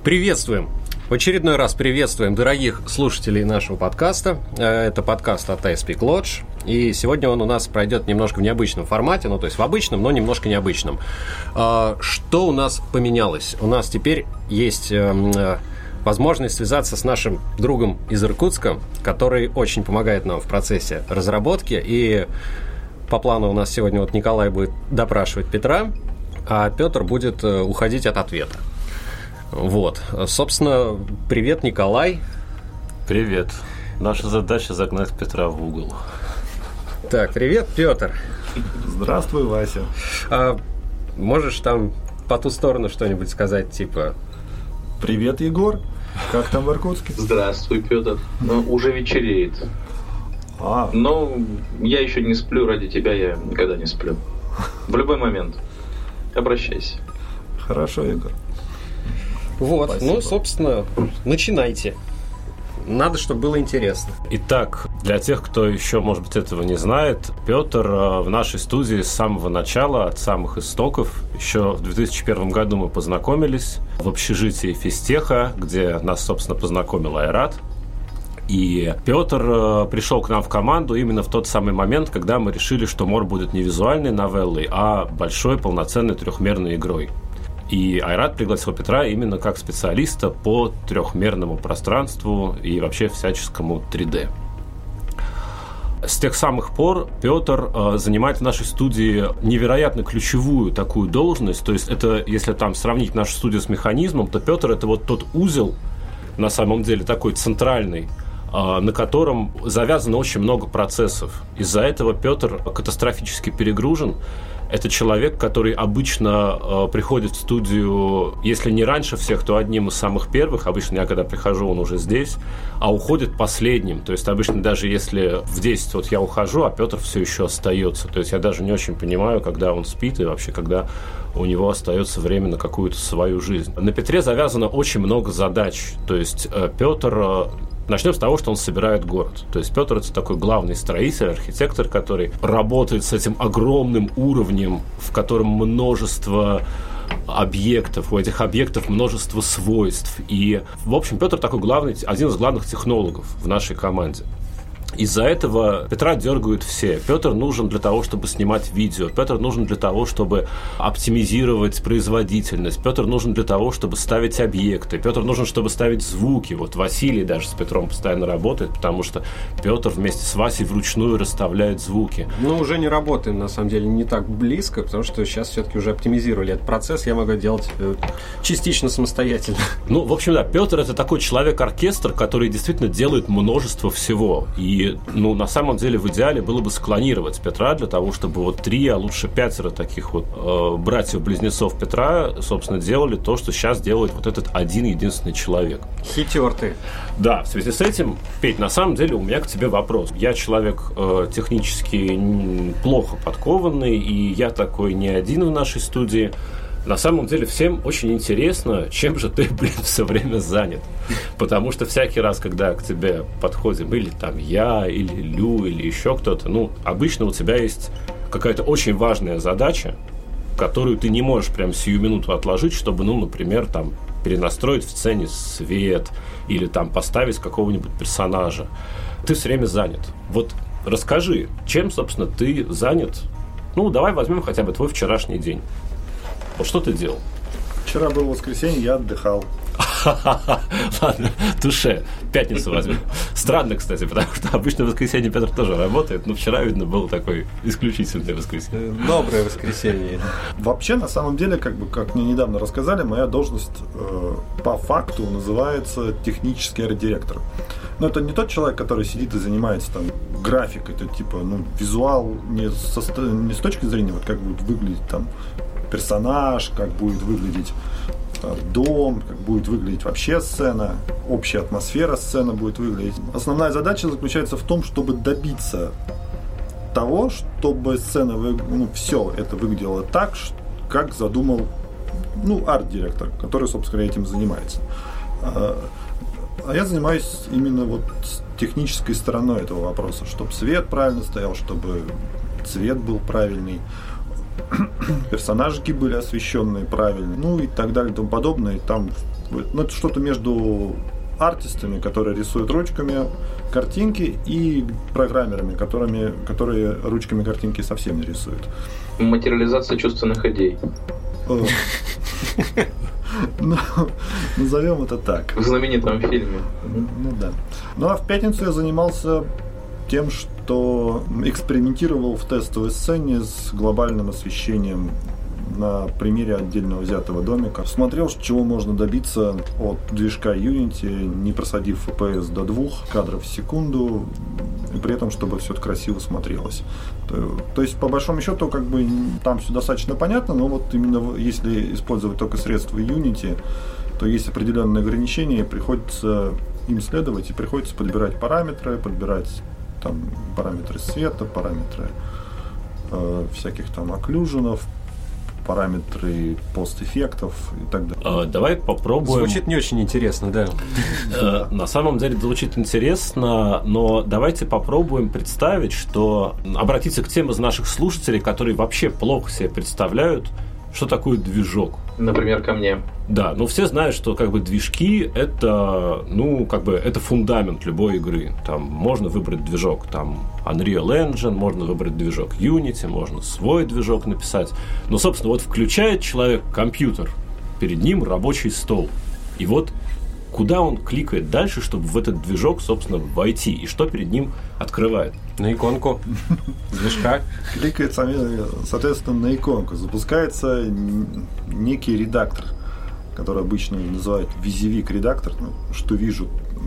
Приветствуем! В очередной раз приветствуем дорогих слушателей нашего подкаста. Это подкаст от iSpeak Lodge. И сегодня он у нас пройдет немножко в необычном формате, то есть в обычном, но немножко необычном. Что у нас поменялось? У нас теперь есть возможность связаться с нашим другом из Иркутска, который очень помогает нам в процессе разработки. И по плану у нас сегодня Николай будет допрашивать Петра, а Петр будет уходить от ответа. Собственно, привет, Николай. Привет. Наша задача загнать Петра в угол. Так, привет, Петр. Здравствуй, Вася. Можешь там по ту сторону что-нибудь сказать, типа... Привет, Егор. Как там в Иркутске? Здравствуй, Петр. Уже вечереет. Но я еще не сплю, ради тебя я никогда не сплю. В любой момент. Обращайся. Хорошо, Егор. Спасибо. Собственно, начинайте. Надо, чтобы было интересно. Итак, для тех, кто еще, может быть, этого не знает, Петр в нашей студии с самого начала, от самых истоков. Еще в 2001 году мы познакомились в общежитии Физтеха, где нас, собственно, познакомил Айрат. И Петр пришел к нам в команду именно в тот самый момент, когда мы решили, что Мор будет не визуальной новеллой, а большой полноценной трехмерной игрой. И Айрат пригласил Петра именно как специалиста по трехмерному пространству и вообще всяческому 3D. С тех самых пор Петр занимает в нашей студии невероятно ключевую такую должность. То есть это, если там сравнить нашу студию с Механизмом, то Петр – это тот узел, на самом деле такой центральный, на котором завязано очень много процессов. Из-за этого Петр катастрофически перегружен. Это человек, который обычно приходит в студию, если не раньше всех, то одним из самых первых. Обычно я, когда прихожу, он уже здесь, а уходит последним. То есть обычно даже если в 10 я ухожу, а Петр все еще остается. То есть я даже не очень понимаю, когда он спит и вообще, когда у него остается время на какую-то свою жизнь. На Петре завязано очень много задач. То есть Петр... Начнем с того, что он собирает город. То есть Петр – это такой главный строитель, архитектор, который работает с этим огромным уровнем, в котором множество объектов, у этих объектов множество свойств. И, в общем, Петр такой один из главных технологов в нашей команде. Из-за этого Петра дергают все. Петр нужен для того, чтобы снимать видео. Петр нужен для того, чтобы оптимизировать производительность. Петр нужен для того, чтобы ставить объекты. Петр нужен, чтобы ставить звуки. Василий даже с Петром постоянно работает, потому что Петр вместе с Васей вручную расставляет звуки. Уже не работаем, на самом деле, не так близко, потому что сейчас все-таки уже оптимизировали этот процесс. Я могу делать частично самостоятельно. В общем, да, Петр – это такой человек-оркестр, который действительно делает множество всего. И на самом деле в идеале было бы склонировать Петра для того, чтобы 3, а лучше 5 таких братьев-близнецов Петра, собственно, делали то, что сейчас делает этот один единственный человек. Хитер ты. Да, в связи с этим, Петь, на самом деле у меня к тебе вопрос. Я человек технически плохо подкованный, и я такой не один в нашей студии. На самом деле всем очень интересно, чем же ты, все время занят. Потому что всякий раз, когда к тебе подходим или там я, или Лю, или еще кто-то, обычно у тебя есть какая-то очень важная задача, которую ты не можешь прям сию минуту отложить, чтобы, например, там перенастроить в сцене свет или там поставить какого-нибудь персонажа. Ты все время занят. Расскажи, чем, собственно, ты занят? Давай возьмем хотя бы твой вчерашний день. Что ты делал? Вчера было воскресенье, я отдыхал. Ладно, туше. Пятницу возьмем. Странно, кстати, потому что обычно в воскресенье Петр тоже работает, но вчера, видно, было такое исключительное воскресенье. Доброе воскресенье. Вообще, на самом деле, как мне недавно рассказали, моя должность по факту называется технический арт-директор. Но это не тот человек, который сидит и занимается графикой, это визуал не с точки зрения, как будет выглядеть там персонаж, как будет выглядеть дом, как будет выглядеть вообще сцена, общая атмосфера сцены будет выглядеть. Основная задача заключается в том, чтобы добиться того, чтобы сцена, все это выглядело так, как задумал арт-директор, который, собственно, этим занимается. А я занимаюсь именно технической стороной этого вопроса, чтобы свет правильно стоял, чтобы цвет был правильный. персонажики были освещенные правильно, ну и так далее и тому подобное. Там, ну, это что-то между артистами, которые рисуют ручками картинки, и программерами, которые ручками картинки совсем не рисуют. Материализация чувственных идей. Назовем это так. В знаменитом фильме. Ну да. Ну а в пятницу я занимался тем, что экспериментировал в тестовой сцене с глобальным освещением на примере отдельно взятого домика. Смотрел, чего можно добиться от движка Unity, не просадив FPS до 2 кадров в секунду, и при этом, чтобы все это красиво смотрелось. То есть, по большому счету, как бы там все достаточно понятно, но вот именно если использовать только средства Unity, то есть определенные ограничения, приходится им следовать, и приходится подбирать подбирать там параметры света, параметры всяких там окклюженов, параметры постэффектов и так далее. Давай попробуем. Звучит не очень интересно, да. На самом деле звучит интересно, но давайте попробуем представить, что обратиться к тем из наших слушателей, которые вообще плохо себе представляют, что такое движок. Например, ко мне. Да, ну все знают, что как бы движки это, ну, как бы это фундамент любой игры. Там можно выбрать движок, там Unreal Engine, можно выбрать движок Unity, можно свой движок написать. Но, собственно, вот включает человек компьютер, перед ним рабочий стол. И вот куда он кликает дальше, чтобы в этот движок, собственно, войти, и что перед ним открывает? На иконку движка. Кликает, соответственно, на иконку. Запускается некий редактор, который обычно называют визивик-редактор, ну, что вижу.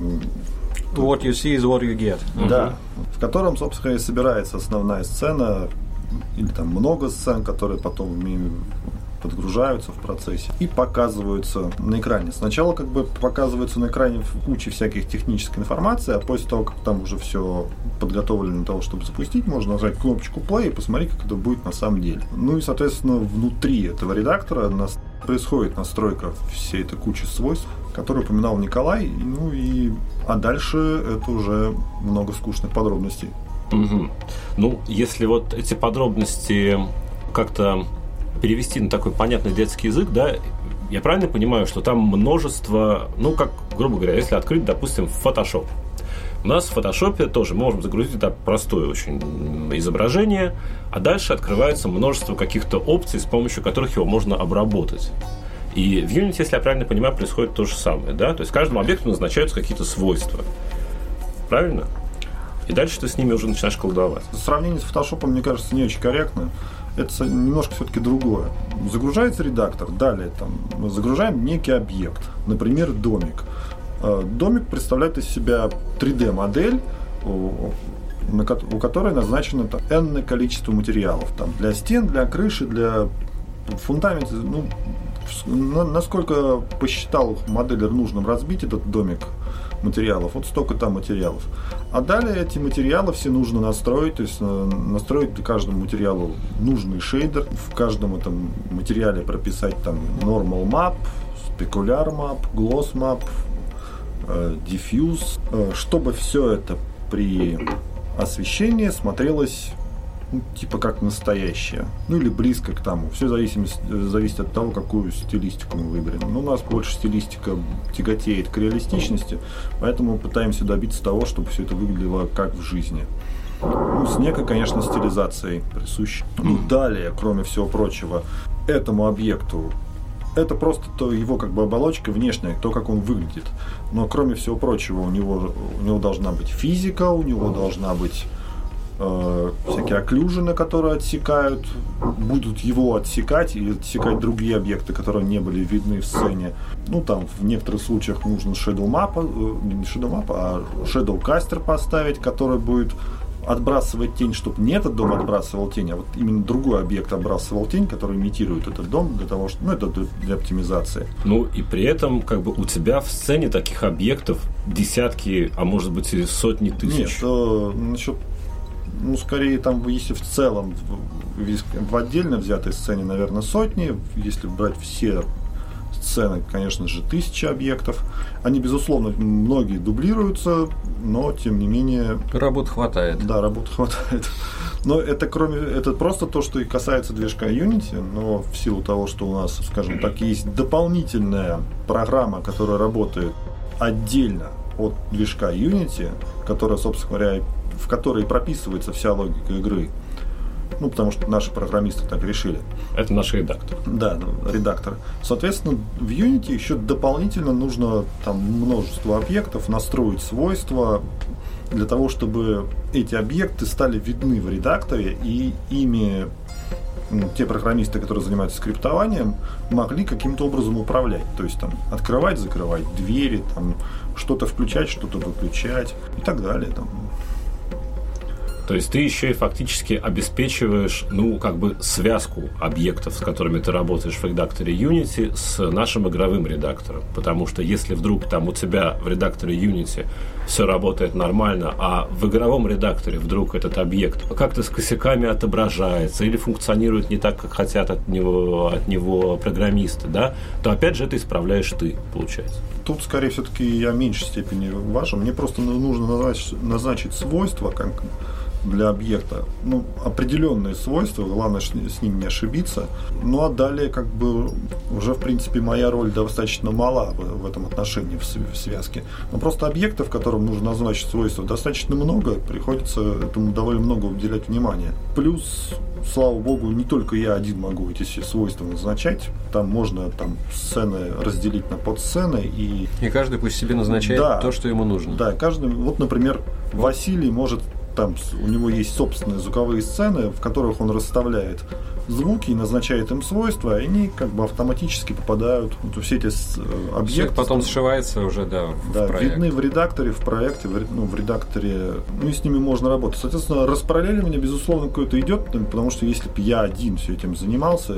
What you see is what you get. Да, в котором, собственно, и собирается основная сцена, или там много сцен, которые потом подгружаются в процессе и показываются на экране. Сначала как бы показываются на экране куча всяких технической информации, а после того, как там уже все подготовлено для того, чтобы запустить, можно нажать кнопочку play и посмотреть, как это будет на самом деле. Ну и, соответственно, внутри этого редактора происходит настройка всей этой кучи свойств, которые упоминал Николай, ну и а дальше это уже много скучных подробностей. Угу. Ну, если вот эти подробности как-то перевести на такой понятный детский язык, да, я правильно понимаю, что там множество, ну, как, грубо говоря, если открыть, допустим, Photoshop. У нас в Photoshop тоже мы можем загрузить это простое очень изображение, а дальше открывается множество каких-то опций, с помощью которых его можно обработать. И в Unity, если я правильно понимаю, происходит то же самое, да, то есть каждому объекту назначаются какие-то свойства. Правильно? И дальше ты с ними уже начинаешь колдовать. Сравнение с Photoshop, мне кажется, не очень корректно. Это немножко все-таки другое. Загружается редактор, далее там, мы загружаем некий объект, например, домик. Домик представляет из себя 3D-модель, у которой назначено там энное количество материалов. Там, для стен, для крыши, для фундамента. Ну, насколько посчитал моделер нужным разбить этот домик материалов, вот столько там материалов. А далее эти материалы все нужно настроить, то есть настроить каждому материалу нужный шейдер, в каждом этом материале прописать там normal map, specular map, gloss map, diffuse, чтобы все это при освещении смотрелось типа как настоящее, ну или близко к тому. Все зависит от того, какую стилистику мы выберем. Но у нас больше стилистика тяготеет к реалистичности, поэтому мы пытаемся добиться того, чтобы все это выглядело как в жизни. Ну, с некой, конечно, стилизацией присущей. Ну, далее, кроме всего прочего, этому объекту это просто его как бы оболочка внешняя, то, как он выглядит. Но кроме всего прочего, у него должна быть физика, у него должна быть всякие окклюжены, которые будут его отсекать или отсекать другие объекты, которые не были видны в сцене. Ну, там в некоторых случаях нужно shadow map, не shadow map, а shadow caster поставить, который будет отбрасывать тень, чтобы не этот дом отбрасывал тень, а вот именно другой объект отбрасывал тень, который имитирует этот дом для того, что, ну, это для оптимизации. Ну, и при этом, как бы, у тебя в сцене таких объектов десятки, а может быть и сотни тысяч. Нет, насчет скорее, там, если в целом в отдельно взятой сцене, наверное, сотни. Если брать все сцены, конечно же, 1000 объектов. Они, безусловно, многие дублируются, но, тем не менее... Работы хватает. Да, работы хватает. Но это просто то, что и касается движка Unity, но в силу того, что у нас, скажем так, есть дополнительная программа, которая работает отдельно от движка Unity, которая, собственно говоря, в которой прописывается вся логика игры. Ну, потому что наши программисты так решили. Это наш редактор. Да, редактор. Соответственно, в Unity еще дополнительно нужно там множество объектов, настроить свойства для того, чтобы эти объекты стали видны в редакторе, и ими те программисты, которые занимаются скриптованием, могли каким-то образом управлять. То есть там открывать, закрывать двери, там, что-то включать, что-то выключать и так далее. Там. То есть ты еще и фактически обеспечиваешь, связку объектов, с которыми ты работаешь в редакторе Unity, с нашим игровым редактором. Потому что если вдруг там у тебя в редакторе Unity все работает нормально, а в игровом редакторе вдруг этот объект как-то с косяками отображается или функционирует не так, как хотят от него программисты, да, то опять же это исправляешь ты, получается. Тут, скорее, все-таки я в меньшей степени важен. Мне просто нужно назначить свойства, как для объекта, определенные свойства, главное с ним не ошибиться. Ну а далее уже в принципе моя роль достаточно мала в этом отношении в связке. Но просто объектов, которым нужно назначить свойства, достаточно много, приходится этому довольно много уделять внимания. Плюс, слава богу, не только я один могу эти все свойства назначать. Там можно сцены разделить на подсцены и каждый пусть себе назначает то, что ему нужно. Да, каждый. Вот, например, Василий может. У него есть собственные звуковые сцены, в которых он расставляет звуки и назначает им свойства, и они автоматически попадают все эти объекты. Все потом сшивается уже, в проект. Видны в редакторе, в проекте, в редакторе, и с ними можно работать. Соответственно, распараллеливание, безусловно, какое-то идет, потому что если бы я один все этим занимался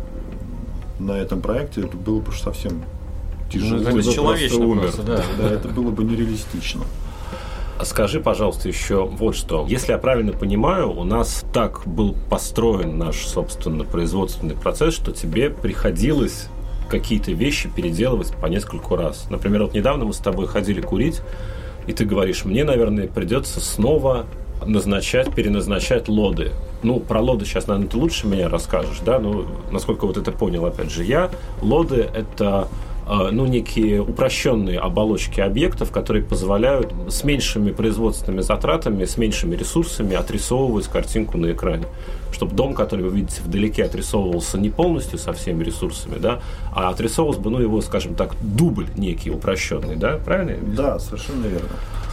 на этом проекте, это было бы совсем тяжело. Это бесчеловечно просто, да, это было бы нереалистично. Скажи, пожалуйста, еще вот что. Если я правильно понимаю, у нас так был построен наш, собственно, производственный процесс, что тебе приходилось какие-то вещи переделывать по нескольку раз. Например, вот недавно мы с тобой ходили курить, и ты говоришь, мне, наверное, придется снова переназначать лоды. Про лоды сейчас, наверное, ты лучше меня расскажешь, да? Насколько вот это понял, опять же, я. Лоды — это некие упрощенные оболочки объектов, которые позволяют с меньшими производственными затратами, с меньшими ресурсами отрисовывать картинку на экране. Чтобы дом, который вы видите вдалеке, отрисовывался не полностью со всеми ресурсами, да, а отрисовывался бы, его, скажем так, дубль некий упрощенный, да? Правильно? Да, совершенно верно.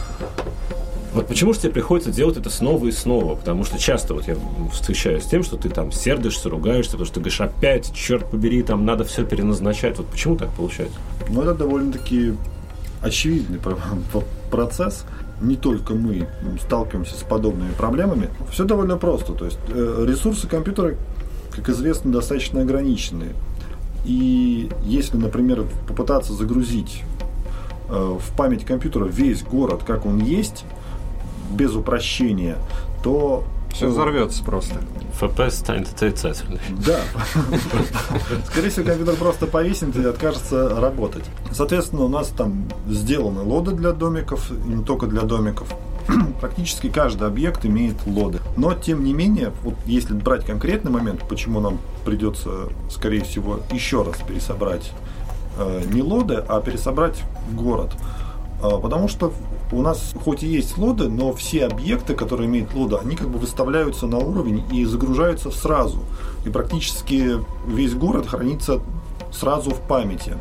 Вот почему же тебе приходится делать это снова и снова? Потому что часто я встречаюсь с тем, что ты сердишься, ругаешься, потому что ты говоришь, опять, черт побери, надо все переназначать. Вот почему так получается? Это довольно-таки очевидный процесс. Не только мы сталкиваемся с подобными проблемами. Все довольно просто. То есть ресурсы компьютера, как известно, достаточно ограничены. И если, например, попытаться загрузить в память компьютера весь город, как он есть, без упрощения, то все взорвется просто. FPS станет отрицательный. Да. Скорее всего, компьютер просто повиснет и откажется работать. Соответственно, у нас сделаны лоды для домиков, и не только для домиков. Практически каждый объект имеет лоды. Но, тем не менее, если брать конкретный момент, почему нам придется, скорее всего, еще раз пересобрать не лоды, а пересобрать город. Потому что у нас хоть и есть лоды, но все объекты, которые имеют лоды, они выставляются на уровень и загружаются сразу. И практически весь город хранится сразу в памяти.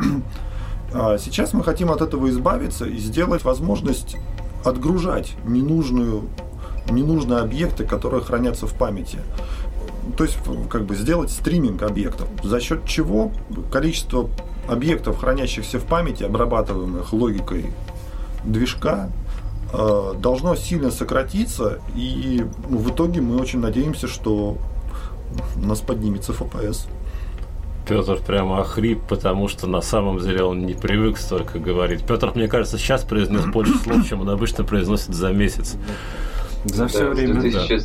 Сейчас мы хотим от этого избавиться и сделать возможность отгружать ненужные объекты, которые хранятся в памяти. То есть, сделать стриминг объектов, за счет чего количество объектов, хранящихся в памяти, обрабатываемых логикой движка, должно сильно сократиться, и в итоге мы очень надеемся, что у нас поднимется FPS. Петр прямо охрип, потому что на самом деле он не привык столько говорить. Петр, мне кажется, сейчас произнес больше слов, чем он обычно произносит за месяц. За все время,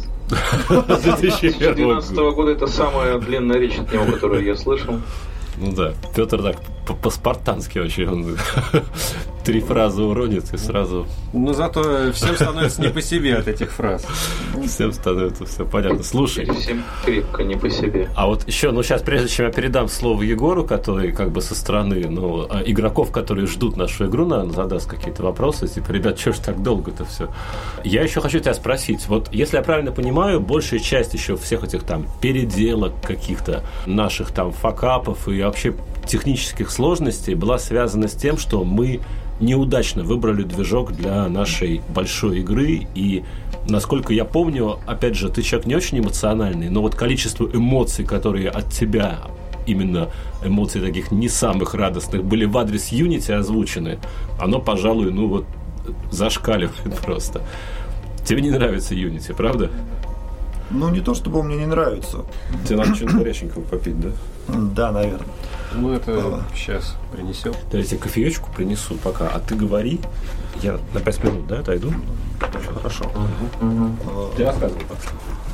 2012 года это самая длинная речь от него, которую я слышал. Петр так по-спартански очень. 3 фразы уронит и сразу... Ну, зато всем становится не по себе от этих фраз. Всем становится все понятно. Слушай. Всем крепко не по себе. А вот еще, сейчас, прежде чем я передам слово Егору, который как бы со стороны, игроков, которые ждут нашу игру, наверное, задаст какие-то вопросы, типа, ребят, что ж так долго-то все? Я еще хочу тебя спросить. Вот, если я правильно понимаю, большая часть еще всех этих там переделок каких-то, наших там факапов и вообще технических сложностей была связана с тем, что мы неудачно выбрали движок для нашей большой игры, и, насколько я помню, опять же, ты человек не очень эмоциональный, но вот количество эмоций, которые от тебя, именно эмоций таких не самых радостных, были в адрес Unity озвучены, оно, пожалуй, зашкаливает просто. Тебе не нравится Unity, правда? Ну, не то, чтобы он мне не нравится. Тебе надо что-нибудь горяченького попить, да? Да, наверное. Ну, это сейчас принесем. Да, я тебе кофеечку принесу пока. А ты говори. Я на 5 минут, да, отойду? Хорошо. Ты рассказывай пока.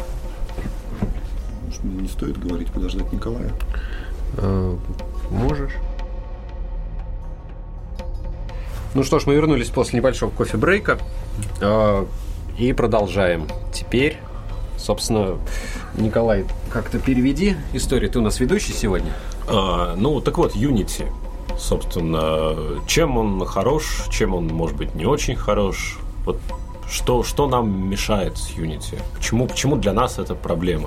Может, мне не стоит говорить, подождать Николая? Можешь. Ну что ж, мы вернулись после небольшого кофе-брейка и продолжаем. Теперь, собственно, Николай, как-то переведи историю. Ты у нас ведущий сегодня? Так вот, Unity, собственно, чем он хорош, чем он, может быть, не очень хорош. Вот что нам мешает с Unity? Почему для нас это проблема?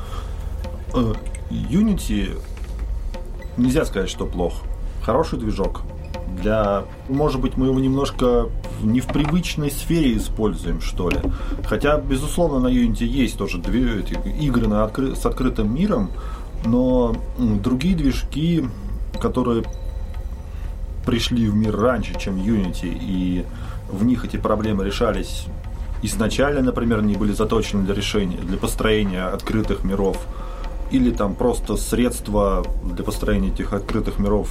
Unity нельзя сказать, что плох. Хороший движок. Может быть, мы его немножко не в привычной сфере используем, что ли. Хотя, безусловно, на Unity есть тоже игры с открытым миром, но другие движки, которые пришли в мир раньше, чем Unity, и в них эти проблемы решались изначально, например, они были заточены для построения открытых миров, или там просто средства для построения этих открытых миров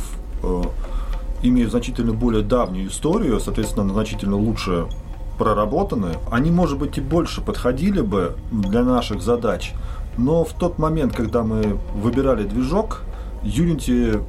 имеют значительно более давнюю историю, соответственно, значительно лучше проработаны. Они, может быть, и больше подходили бы для наших задач, но в тот момент, когда мы выбирали движок, Unity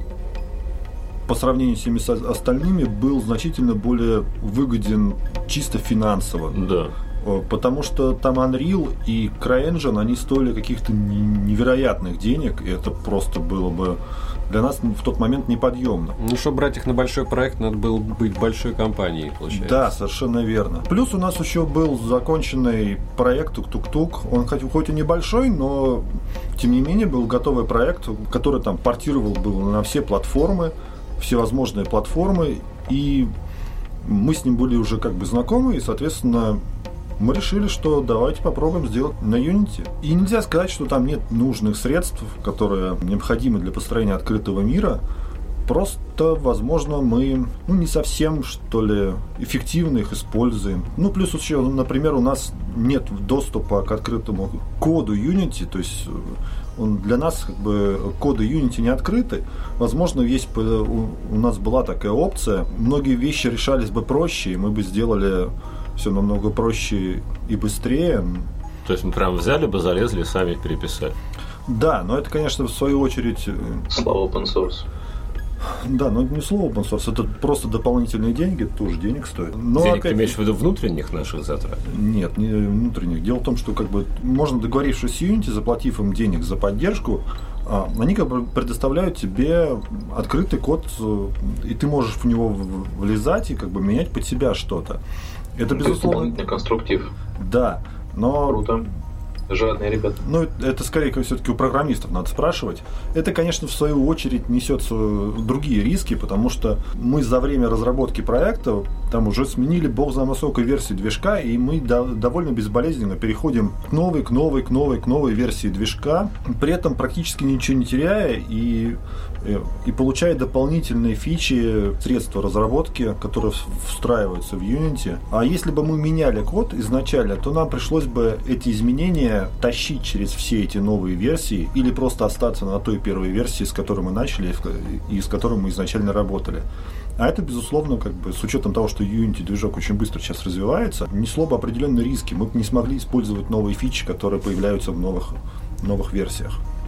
по сравнению с всеми остальными был значительно более выгоден чисто финансово. Да. Потому что там Unreal и CryEngine, они стоили каких-то невероятных денег, и это просто было бы для нас в тот момент неподъемно. Ну, чтобы брать их на большой проект, надо было быть большой компанией, получается. Да, совершенно верно. Плюс у нас еще был законченный проект Тук-Тук-Тук. Он хоть и небольшой, но тем не менее был готовый проект, который там портировал был на все платформы, всевозможные платформы, и мы с ним были уже как бы знакомы, и, соответственно, мы решили, что давайте попробуем сделать на Unity. И нельзя сказать, что там нет нужных средств, которые необходимы для построения открытого мира. Просто, возможно, мы не совсем, что ли, эффективно их используем. Плюс еще, например, у нас нет доступа к открытому коду Unity, то есть для нас как бы коды Unity не открыты. Возможно, у нас была такая опция. Многие вещи решались бы проще, и мы бы сделали все намного проще и быстрее. То есть мы прям взяли бы, залезли, сами переписали. Да, но это, конечно, в свою очередь... Слово open source. Да, но это не слово open source, это просто дополнительные деньги, это тоже денег стоит. Но денег ты имеешь в виду внутренних наших затрат? Нет, не внутренних. Дело в том, что как бы можно, договорившись с Unity, заплатив им денег за поддержку, они как бы предоставляют тебе открытый код, и ты можешь в него влезать и как бы менять под себя что-то. Это, безусловно... Дополнительный конструктив. Да, но... Круто. Жадные ребята. Это скорее все-таки у программистов надо спрашивать. Это, конечно, в свою очередь несет другие риски, потому что мы за время разработки проекта там уже сменили бог знает сколько версий движка, и мы довольно безболезненно переходим к новой версии движка, при этом практически ничего не теряя и получая дополнительные фичи, средства разработки, которые встраиваются в Unity. А если бы мы меняли код изначально, то нам пришлось бы эти изменения тащить через все эти новые версии или просто остаться на той первой версии, с которой мы начали и с которой мы изначально работали. А это, безусловно, как бы с учетом того, что Unity движок очень быстро сейчас развивается, несло бы определенные риски. Мы бы не смогли использовать новые фичи, которые появляются в новых версиях.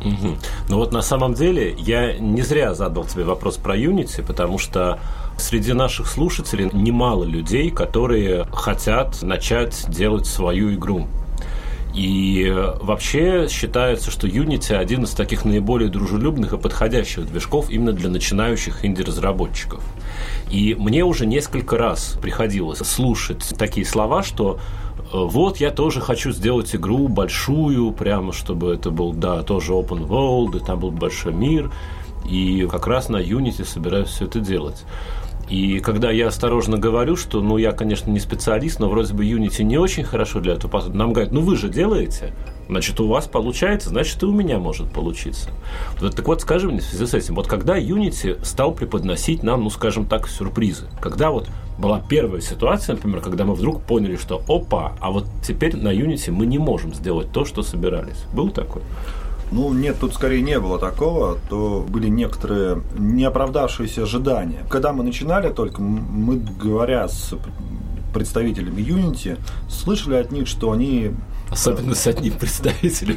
Угу. Ну вот на самом деле я не зря задал тебе вопрос про Unity, потому что среди наших слушателей немало людей, которые хотят начать делать свою игру. И вообще считается, что Unity один из таких наиболее дружелюбных и подходящих движков именно для начинающих инди-разработчиков. И мне уже несколько раз приходилось слушать такие слова, что вот я тоже хочу сделать игру большую, прямо чтобы это был, да, тоже open world, и там был большой мир, и как раз на Unity собираюсь все это делать. И когда я осторожно говорю, что, ну, я, конечно, не специалист, но вроде бы Unity не очень хорошо для этого, нам говорят, ну, вы же делаете, значит, у вас получается, значит, и у меня может получиться. Так вот, скажи мне в связи с этим, вот когда Unity стал преподносить нам, ну, скажем так, сюрпризы, когда вот была первая ситуация, например, когда мы вдруг поняли, что, опа, а вот теперь на Unity мы не можем сделать то, что собирались. Был такой? Ну, нет, тут скорее не было такого, то были некоторые неоправдавшиеся ожидания. Когда мы начинали только, мы, говоря с представителями Unity, слышали от них, что они... Особенно с одним представителем.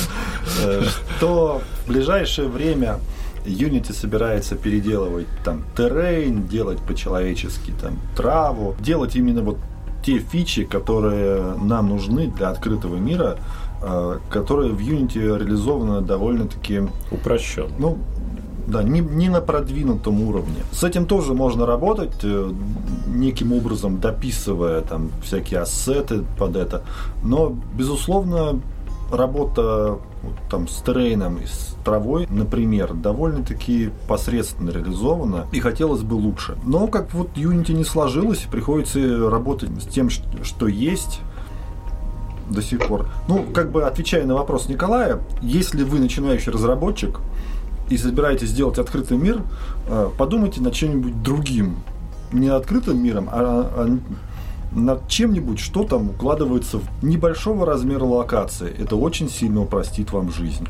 Что в ближайшее время Unity собирается переделывать там террейн, делать по-человечески там траву, делать именно вот те фичи, которые нам нужны для открытого мира, которые в Unity реализованы довольно-таки упрощенно. Ну, да, не на продвинутом уровне. С этим тоже можно работать, неким образом дописывая там всякие ассеты под это. Но, безусловно, работа там с террейном и с травой, например, довольно-таки посредственно реализована, и хотелось бы лучше. Но как вот Unity не сложилось, приходится работать с тем, что есть до сих пор. Ну, как бы отвечая на вопрос Николая, если вы начинающий разработчик и собираетесь сделать открытый мир, подумайте над чем-нибудь другим. Не открытым миром, а над чем-нибудь, что там укладывается в небольшого размера локации. Это очень сильно упростит вам жизнь.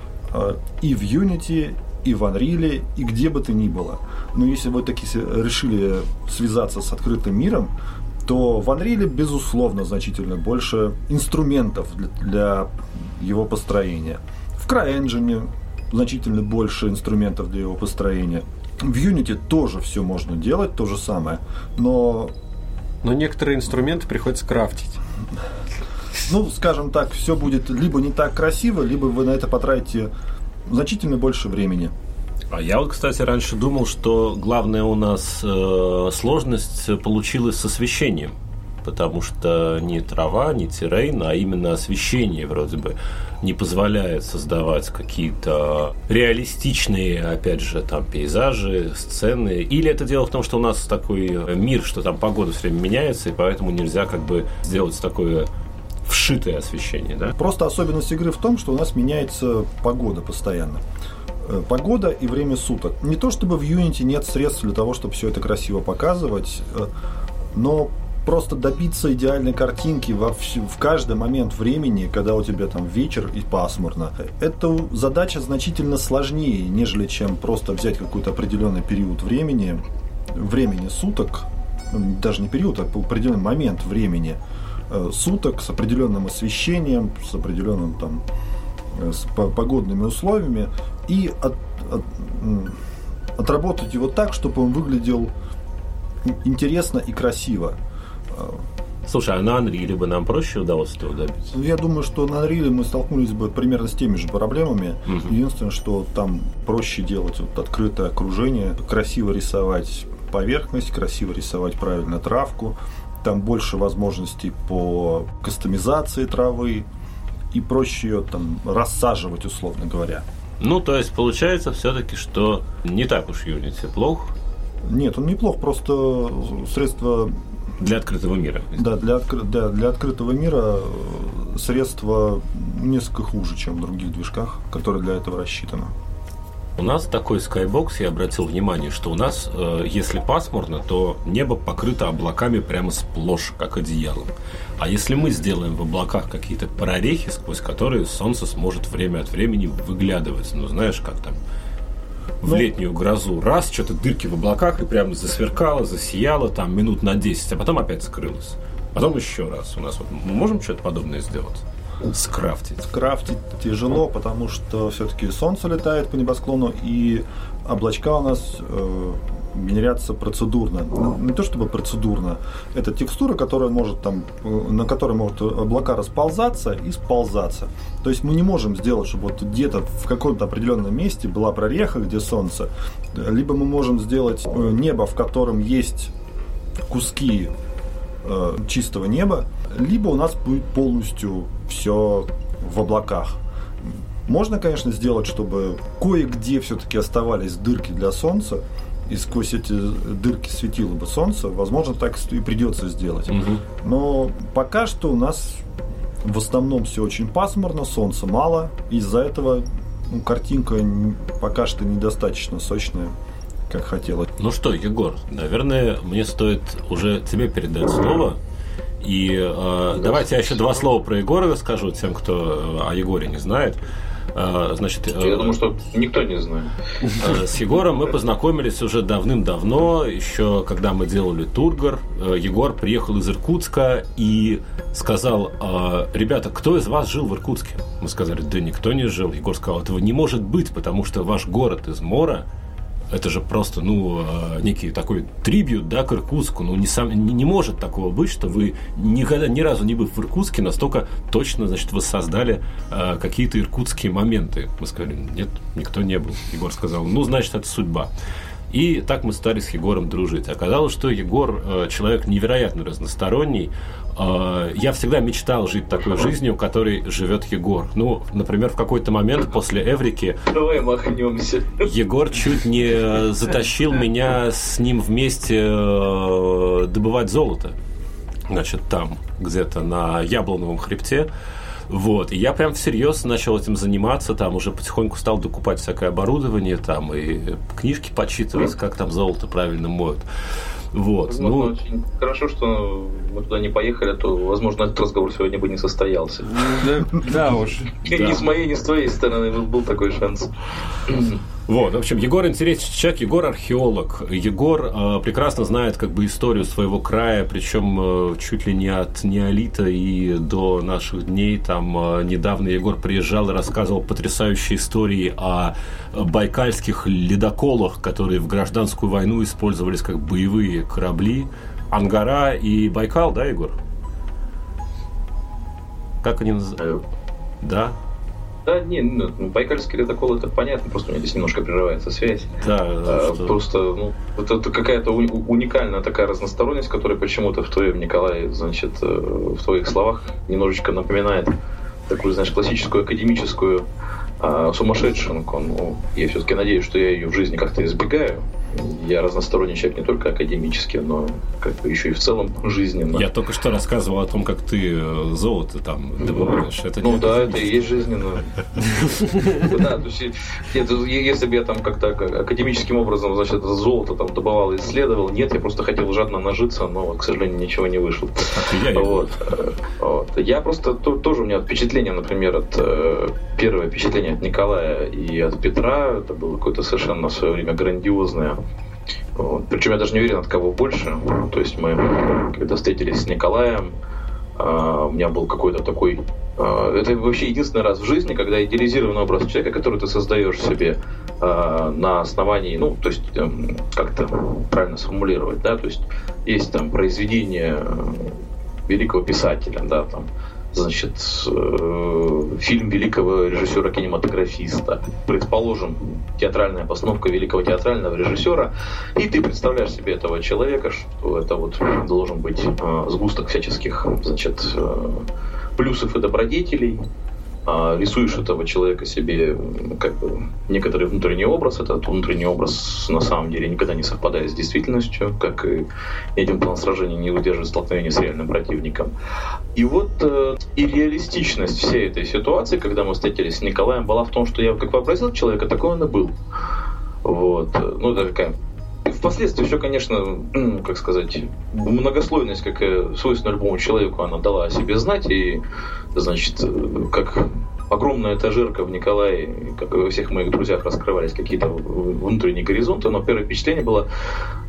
И в Unity, и в Unreal, и где бы то ни было. Но если вы таки решили связаться с открытым миром, то в Unreal, безусловно, значительно больше инструментов для его построения. В CryEngine значительно больше инструментов для его построения. В Unity тоже все можно делать, то же самое, но некоторые инструменты приходится крафтить. Ну, скажем так, все будет либо не так красиво, либо вы на это потратите значительно больше времени. А я вот, кстати, раньше думал, что главная у нас сложность получилась с освещением, потому что не трава, не террейн, а именно освещение вроде бы не позволяет создавать какие-то реалистичные, опять же, там пейзажи, сцены. Или это дело в том, что у нас такой мир, что там погода все время меняется, и поэтому нельзя как бы сделать такое вшитое освещение, да? Просто особенность игры в том, что у нас меняется погода постоянно. Погода и время суток. Не то чтобы в Unity нет средств для того, чтобы все это красиво показывать, но просто добиться идеальной картинки в каждый момент времени, когда у тебя там вечер и пасмурно, эта задача значительно сложнее, нежели чем просто взять какой-то определенный период времени суток, даже не период, а определенный момент времени суток с определенным освещением, с определенным там с погодными условиями и отработать его так, чтобы он выглядел интересно и красиво. Слушай, а на Unreal бы нам проще удалось этого добиться? Я думаю, что на Unreal мы столкнулись бы примерно с теми же проблемами. Единственное, что там проще делать вот открытое окружение, красиво рисовать поверхность, красиво рисовать правильно травку. Там больше возможностей по кастомизации травы и проще ее там рассаживать, условно говоря. Ну, то есть получается все-таки, что не так уж Unity плох? Нет, он неплох, просто средства для открытого мира. Да, для открытого мира средства несколько хуже, чем в других движках, которые для этого рассчитаны. У нас такой Skybox, я обратил внимание, что у нас, если пасмурно, то небо покрыто облаками прямо сплошь, как одеялом. А если мы сделаем в облаках какие-то прорехи, сквозь которые солнце сможет время от времени выглядывать, ну, знаешь, как там в летнюю грозу, раз, что-то дырки в облаках, и прямо засверкало, засияло, там минут на 10, а потом опять скрылось. Потом еще раз. У нас вот мы можем что-то подобное сделать? Скрафтить тяжело, потому что все-таки солнце летает по небосклону, и облачка у нас генерятся процедурно. Не то чтобы процедурно, это текстура, которая может на которой могут облака расползаться и сползаться. То есть мы не можем сделать, чтобы вот где-то в каком-то определенном месте была прореха, где солнце. Либо мы можем сделать небо, в котором есть куски чистого неба, либо у нас будет полностью все в облаках. Можно, конечно, сделать, чтобы кое-где все-таки оставались дырки для солнца, и сквозь эти дырки светило бы солнце. Возможно, так и придется сделать. Но пока что у нас в основном все очень пасмурно, солнца мало. Из-за этого картинка пока что недостаточно сочная, как хотелось. Ну что, Егор, наверное, мне стоит уже тебе передать слово. И давайте я еще 2 слова про Егора скажу тем, кто о Егоре не знает. Значит, я думаю, что никто не знает. С Егором мы познакомились уже давным-давно, еще когда мы делали Тургор. Егор приехал из Иркутска и сказал: ребята, кто из вас жил в Иркутске? Мы сказали: да никто не жил. Егор сказал: этого не может быть, потому что ваш город Измора — это же просто, некий такой трибьют, да, к Иркутску. Не может такого быть, что вы никогда, ни разу не быв в Иркутске, настолько точно, значит, воссоздали какие-то иркутские моменты. Мы сказали: нет, никто не был. Егор сказал: значит, это судьба. И так мы стали с Егором дружить. Оказалось, что Егор человек невероятно разносторонний. Я всегда мечтал жить такой жизнью, которой живет Егор. Например, в какой-то момент после Эврики давай махнемся. Егор чуть не затащил меня с ним вместе добывать золото. Значит, там, где-то на Яблоновом хребте. Вот. И я прям всерьез начал этим заниматься, там уже потихоньку стал докупать всякое оборудование, там и книжки почитывать, как там золото правильно моют. Вот. Очень хорошо, что мы туда не поехали, а то, возможно, этот разговор сегодня бы не состоялся. Да уж. Ни с моей, ни с твоей стороны был такой шанс. Вот, в общем, Егор интересный человек, Егор археолог. Егор прекрасно знает историю своего края, причем чуть ли не от неолита и до наших дней. Там недавно Егор приезжал и рассказывал потрясающие истории о байкальских ледоколах, которые в гражданскую войну использовались как боевые корабли. Ангара и Байкал, да, Егор? Как они называются? Да. Да, байкальский ледокол, это понятно, просто у меня здесь немножко прерывается связь. Да, просто, это какая-то уникальная такая разносторонность, которая почему-то в твоем, Николай, значит, в твоих словах немножечко напоминает такую, знаешь, классическую академическую сумасшедшенку. Я все-таки надеюсь, что я ее в жизни как-то избегаю. Я разносторонний человек не только академически, но еще и в целом жизненно. Я только что рассказывал о том, как ты золото там добываешь. Это это и есть жизненно. Да, то есть, если бы я там как-то академическим образом, значит, золото там добывал и исследовал, нет, я просто хотел жадно нажиться, но, к сожалению, ничего не вышло. Я просто тоже у меня впечатление, например, первое впечатление от Николая и от Петра, это было какое-то совершенно в свое время грандиозное. Причем я даже не уверен, от кого больше. То есть мы, когда встретились с Николаем, у меня был какой-то такой... Это вообще единственный раз в жизни, когда идеализированный образ человека, который ты создаешь себе на основании, то есть как-то правильно сформулировать, да, то есть есть там произведение великого писателя, да, там, значит, фильм великого режиссера-кинематографиста, предположим, театральная постановка великого театрального режиссера, и ты представляешь себе этого человека, что это должен быть сгусток всяческих, значит, плюсов и добродетелей, рисуешь этого человека себе некоторый внутренний образ. Этот внутренний образ на самом деле никогда не совпадает с действительностью, как и один план сражения не выдерживает столкновения с реальным противником. И и реалистичность всей этой ситуации, когда мы встретились с Николаем, была в том, что я как вообразил человека, такой он и был. Это такая... Впоследствии все, конечно, как сказать, многослойность, как свойственно любому человеку, она дала о себе знать, и, значит, как огромная этажерка в Николае, как и во всех моих друзьях раскрывались какие-то внутренние горизонты, но первое впечатление было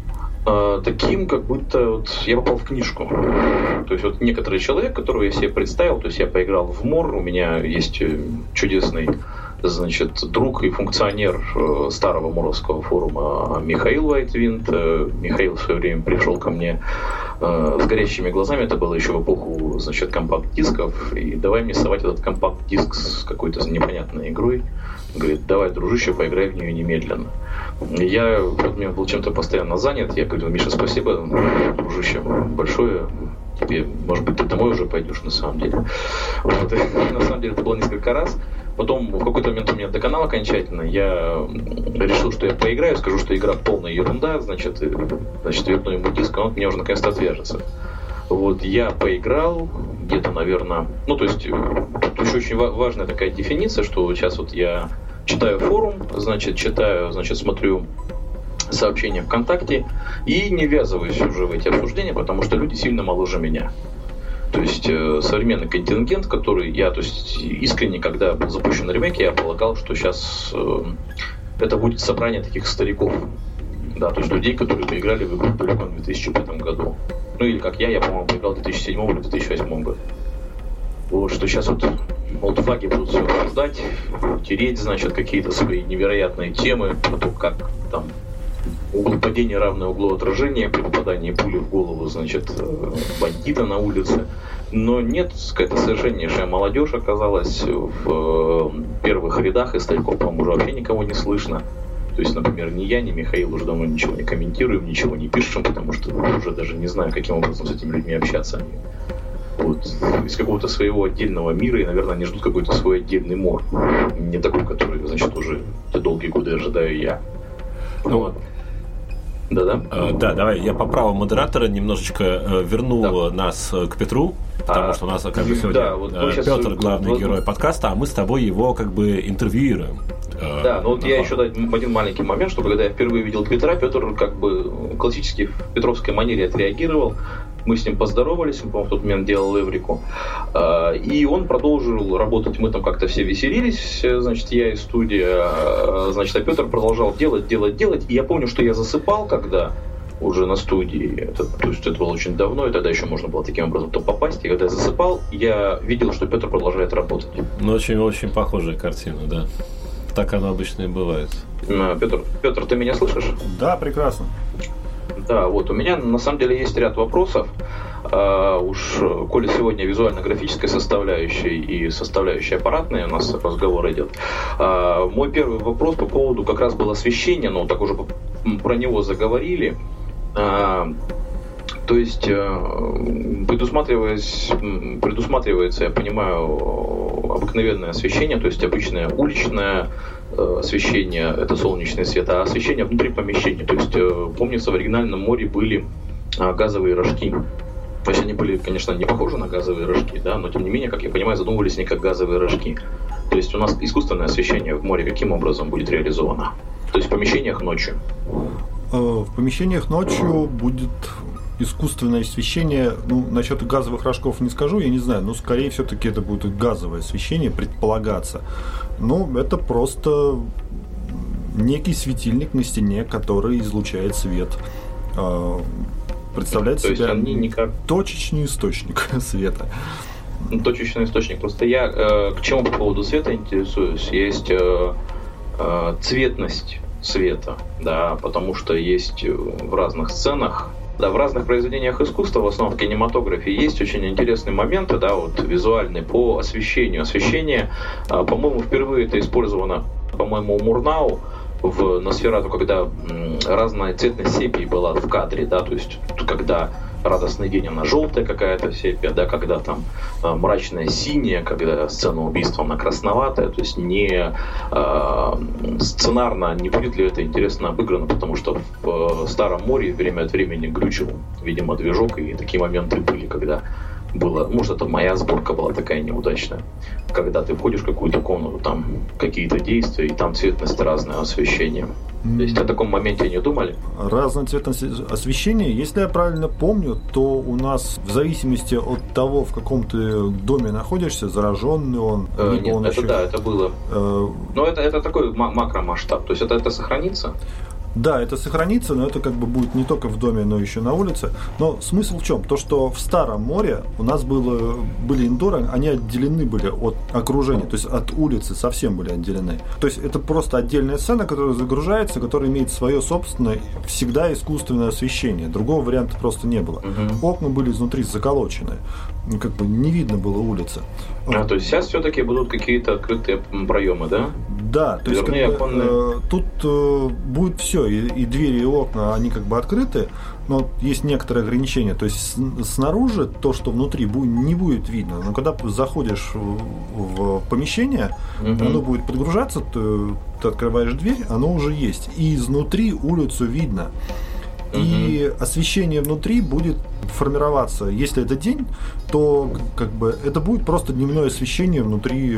Таким, как будто вот я попал в книжку. То есть вот некоторый человек, которого я себе представил, то есть я поиграл в МОР, у меня есть чудесный, значит, друг и функционер старого моровского форума Михаил Вайтвинд. Михаил в свое время пришел ко мне с горящими глазами, это было еще в эпоху, значит, компакт-дисков, и давай мне совать этот компакт-диск с какой-то непонятной игрой. Говорит, давай, дружище, поиграй в нее немедленно. Я был чем-то постоянно занят. Я говорю, Миша, спасибо, дружище, большое. Тебе, может быть, ты домой уже пойдешь на самом деле. Вот. На самом деле это было несколько раз. Потом в какой-то момент у меня доконал окончательно. Я решил, что я поиграю, скажу, что игра полная ерунда, значит верну ему диск, он от меня уже наконец-то отвяжется. Вот, я поиграл где-то, наверное... Ну, то есть, тут еще очень важная такая дефиниция, что сейчас вот я читаю форум, значит, смотрю сообщения ВКонтакте и не ввязываюсь уже в эти обсуждения, потому что люди сильно моложе меня. То есть, современный контингент, который я, то есть, искренне, когда был запущен ремейк, я полагал, что сейчас это будет собрание таких стариков. Да, то есть людей, которые поиграли в игру в далеком 2005 году. Ну или как я, по-моему, поиграл в 2007 или 2008 году. Вот, что сейчас вот олдфаги будут все обсуждать, тереть, значит, какие-то свои невероятные темы, про то, как там угол падения равное углу отражения при попадании пули в голову, значит, бандита на улице. Но нет, какая-то совершеннейшая молодежь оказалась в первых рядах, и стариков, по-моему, уже вообще никого не слышно. То есть, например, ни я, ни Михаил уже давно ничего не комментируем, ничего не пишем, потому что уже даже не знаю, каким образом с этими людьми общаться. Вот, из какого-то своего отдельного мира, и, наверное, они ждут какой-то свой отдельный мор. Не такой, который, значит, уже долгие годы ожидаю я. Ну вот. Да, давай, я по праву модератора немножечко верну нас к Петру, потому что у нас, как бы, сегодня Петр главный герой подкаста, а мы с тобой его, как бы, интервьюируем. Да, но вот я еще дать один маленький момент, что когда я впервые видел Петра, Петр, как бы, классически в петровской манере отреагировал. Мы с ним поздоровались, он, по-моему, в тот момент делал эврику. И он продолжил работать, мы там как-то все веселились, значит, я и студия, значит, а Петр продолжал делать. И я помню, что я засыпал, когда уже на студии, то есть это было очень давно, и тогда еще можно было таким образом попасть. И когда я засыпал, я видел, что Петр продолжает работать. Ну, очень-очень похожая картина, да. Так оно обычно и бывает. Петр, ты меня слышишь? Да, прекрасно. Да, вот у меня на самом деле есть ряд вопросов. Уж коли сегодня визуально-графическая составляющая и составляющая аппаратная у нас разговор идет. Мой первый вопрос по поводу как раз было освещения, но так уже про него заговорили. То есть предусматривается, я понимаю, обыкновенное освещение, то есть обычное уличное освещение, это солнечный свет, а освещение внутри помещения. То есть, помнится, в оригинальном море были газовые рожки. То есть они были, конечно, не похожи на газовые рожки, да, но тем не менее, как я понимаю, задумывались не как газовые рожки. То есть у нас искусственное освещение в море каким образом будет реализовано? То есть в помещениях ночью? В помещениях ночью будет искусственное освещение. Ну, насчет газовых рожков не скажу, я не знаю, но скорее все-таки это будет газовое освещение, предполагаться. Ну, это просто некий светильник на стене, который излучает свет. Представляет себя точечный источник света. Точечный источник. Просто я к чему по поводу света интересуюсь? Есть цветность света, да, потому что есть в разных сценах, да, в разных произведениях искусства, в основном в кинематографе, есть очень интересные моменты, да, вот визуальные по освещению. Освещение, по-моему, впервые это использовано, по-моему, у Мурнау в Носферату, когда разная цветность сепии была в кадре, да, то есть когда радостный день, она желтая какая-то сепия, да, когда там мрачная синяя, когда сцена убийства, она красноватая, то есть не сценарно не будет ли это интересно обыграно, потому что в Старом море время от времени глючил, видимо, движок, и такие моменты были, когда было, может, это моя сборка была такая неудачная, когда ты входишь в какую-то комнату, там какие-то действия, и там цветность разная, освещение. То есть о таком моменте не думали? Разная цветность освещения. Если я правильно помню, то у нас в зависимости от того, в каком ты доме находишься, зараженный он, нет, он это еще... да, это было. Но это такой макромасштаб. То есть это сохранится? Да, это сохранится, но это как бы будет не только в доме, но еще на улице. Но смысл в чем? То, что в Старом море у нас были индоры, они отделены были от окружения, то есть от улицы совсем были отделены. То есть это просто отдельная сцена, которая загружается, которая имеет свое собственное, всегда искусственное освещение. Другого варианта просто не было. Окна были изнутри заколочены. Как бы не видно было улицы. То есть сейчас все-таки будут какие-то открытые проемы, да? Да, то есть тут будет все, и двери, и окна, они как бы открыты, но есть некоторые ограничения. То есть снаружи то, что внутри, не будет видно. Но когда заходишь в помещение, оно будет подгружаться, ты открываешь дверь, оно уже есть. И изнутри улицу видно. И освещение внутри будет формироваться. Если это день, то как бы это будет просто дневное освещение внутри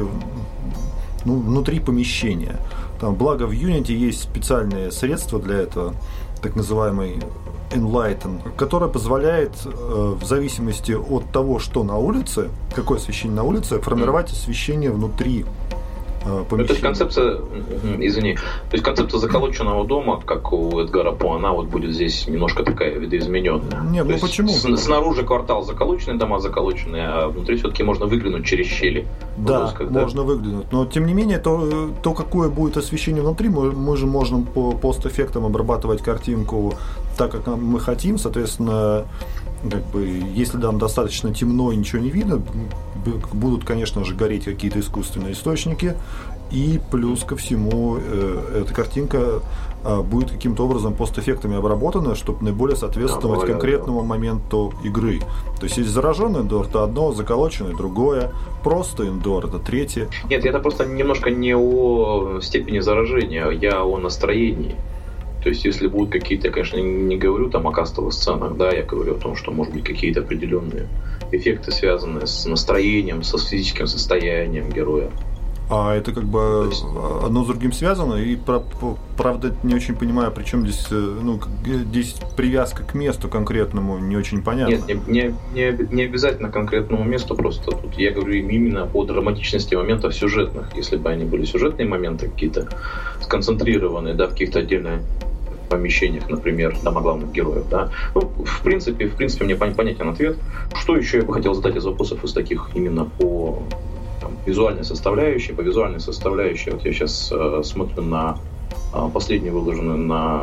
помещения. Там, благо в Unity есть специальные средства для этого, так называемый Enlighten, которое позволяет в зависимости от того, что на улице, какое освещение на улице, формировать освещение внутри помещения. То есть концепция, то есть концепция заколоченного дома, как у Эдгара По, она вот будет здесь немножко такая видоизмененная. Нет, ну почему? Снаружи квартал заколоченный, дома заколоченные, а внутри все-таки можно выглянуть через щели. Да, можно выглянуть. Но тем не менее, то какое будет освещение внутри, мы же можем по постэффектам обрабатывать картинку так, как мы хотим. Соответственно, как бы, если нам достаточно темно и ничего не видно, будут, конечно же, гореть какие-то искусственные источники, и плюс ко всему эта картинка будет каким-то образом постэффектами обработана, чтобы наиболее соответствовать конкретному моменту игры. То есть зараженный индор — это одно, заколоченный — другое, просто индор — это третье. Нет, это просто немножко не о степени заражения, я о настроении. То есть, если будут какие-то, я, конечно, не говорю там о кастовых сценах, да, я говорю о том, что, может быть, какие-то определенные эффекты, связанные с настроением, со физическим состоянием героя. А это как бы одно с другим связано, и правда не очень понимаю, при чем здесь, здесь привязка к месту конкретному не очень понятно. Нет, не обязательно конкретному месту, просто тут я говорю именно о драматичности моментов сюжетных. Если бы они были сюжетные моменты какие-то сконцентрированные, да, в каких-то отдельных помещениях, например, дома главных героев, да. Ну, в принципе, мне понятен ответ. Что еще я бы хотел задать из вопросов из таких именно по визуальной составляющей. По визуальной составляющей, вот я сейчас смотрю на последнюю выложенную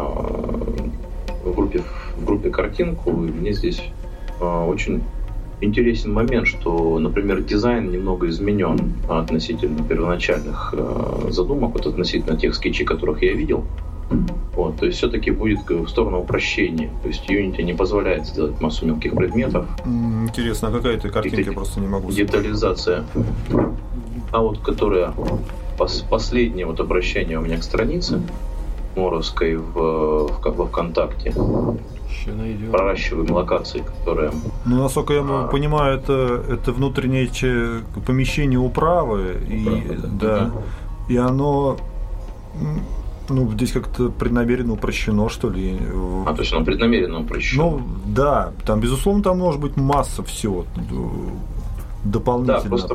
в группе картинку, и мне здесь очень интересен момент, что, например, дизайн немного изменен относительно первоначальных задумок, вот относительно тех скетчей, которых я видел. Вот, то есть все-таки будет в сторону упрощения. То есть Unity не позволяет сделать массу мелких предметов. Интересно, а какая это картинка, я просто не могу сказать. Детализация. А вот которая последнее вот обращение у меня к странице моровской в ВКонтакте. Проращиваем локации, которые... Ну, насколько я понимаю, это внутреннее помещение управы. И оно... здесь как-то преднамеренно упрощено, что ли. То есть оно преднамеренно упрощено? Да, там, безусловно, там может быть масса всего дополнительно. Да, просто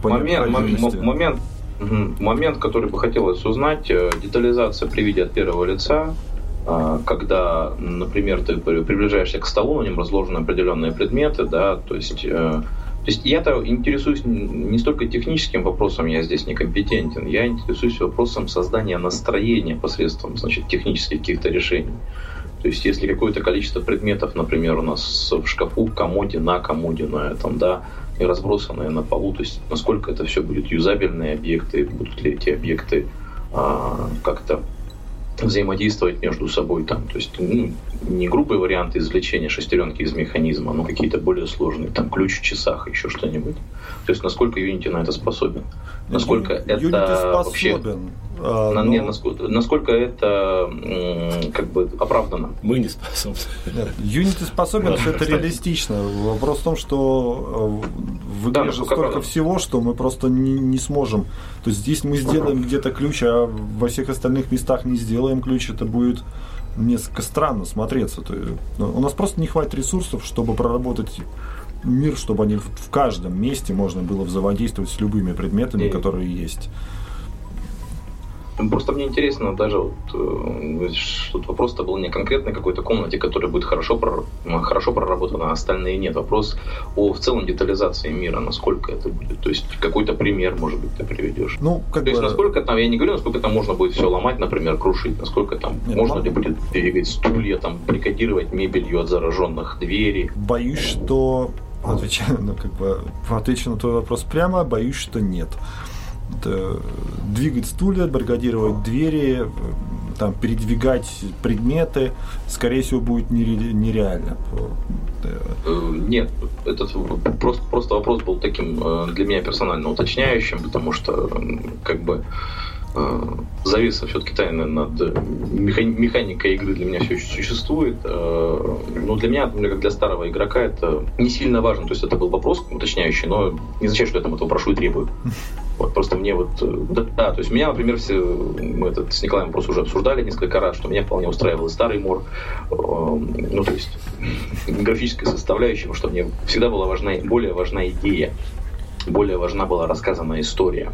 момент, который бы хотелось узнать, детализация при виде от первого лица, когда, например, ты приближаешься к столу, на нем разложены определенные предметы, да, то есть я-то интересуюсь не столько техническим вопросом, я здесь некомпетентен, я интересуюсь вопросом создания настроения посредством, технических каких-то решений. То есть, если какое-то количество предметов, например, у нас в шкафу, в комоде на этом, да, и разбросанные на полу, то есть, насколько это все будет юзабельные объекты, будут ли эти объекты как-то взаимодействовать между собой, там, то есть не грубые варианты извлечения шестеренки из механизма, но какие-то более сложные, там, ключ в часах, еще что-нибудь. То есть насколько Unity на это способен? Насколько это вообще... Насколько это как бы оправдано? Мы не способны. Unity способен, все это реалистично. Вопрос в том, что в игре же столько всего, что мы просто не сможем. То есть здесь мы сделаем где-то ключ, а во всех остальных местах не сделаем ключ. Это будет несколько странно смотреться. У нас просто не хватит ресурсов, чтобы проработать мир, чтобы они в каждом месте можно было взаимодействовать с любыми предметами, которые есть. Просто мне интересно даже что вопрос-то был не конкретной какой-то комнате, которая будет хорошо проработана, а остальные нет. Вопрос в целом детализации мира, насколько это будет. То есть какой-то пример, может быть, ты приведешь. То есть насколько там, я не говорю, насколько там можно будет все ломать, например, крушить, насколько там можно ли будет двигать стулья, там, баррикадировать мебелью от зараженных двери. Боюсь, что отвечу на твой вопрос прямо, боюсь, что нет. Двигать стулья, баррикадировать двери, там, передвигать предметы, скорее всего, будет нереально. Нет, этот просто вопрос был таким для меня персонально уточняющим, потому что завеса все-таки тайна над механикой игры для меня все еще существует. Но для меня, как для старого игрока, это не сильно важно. То есть это был вопрос уточняющий, но не означает, что я там этого прошу и требую. Просто мне то есть меня, например, мы с Николаем просто уже обсуждали несколько раз, что меня вполне устраивал и старый мор. То есть графическая составляющая, потому что мне всегда была более важна идея, более важна была рассказанная история.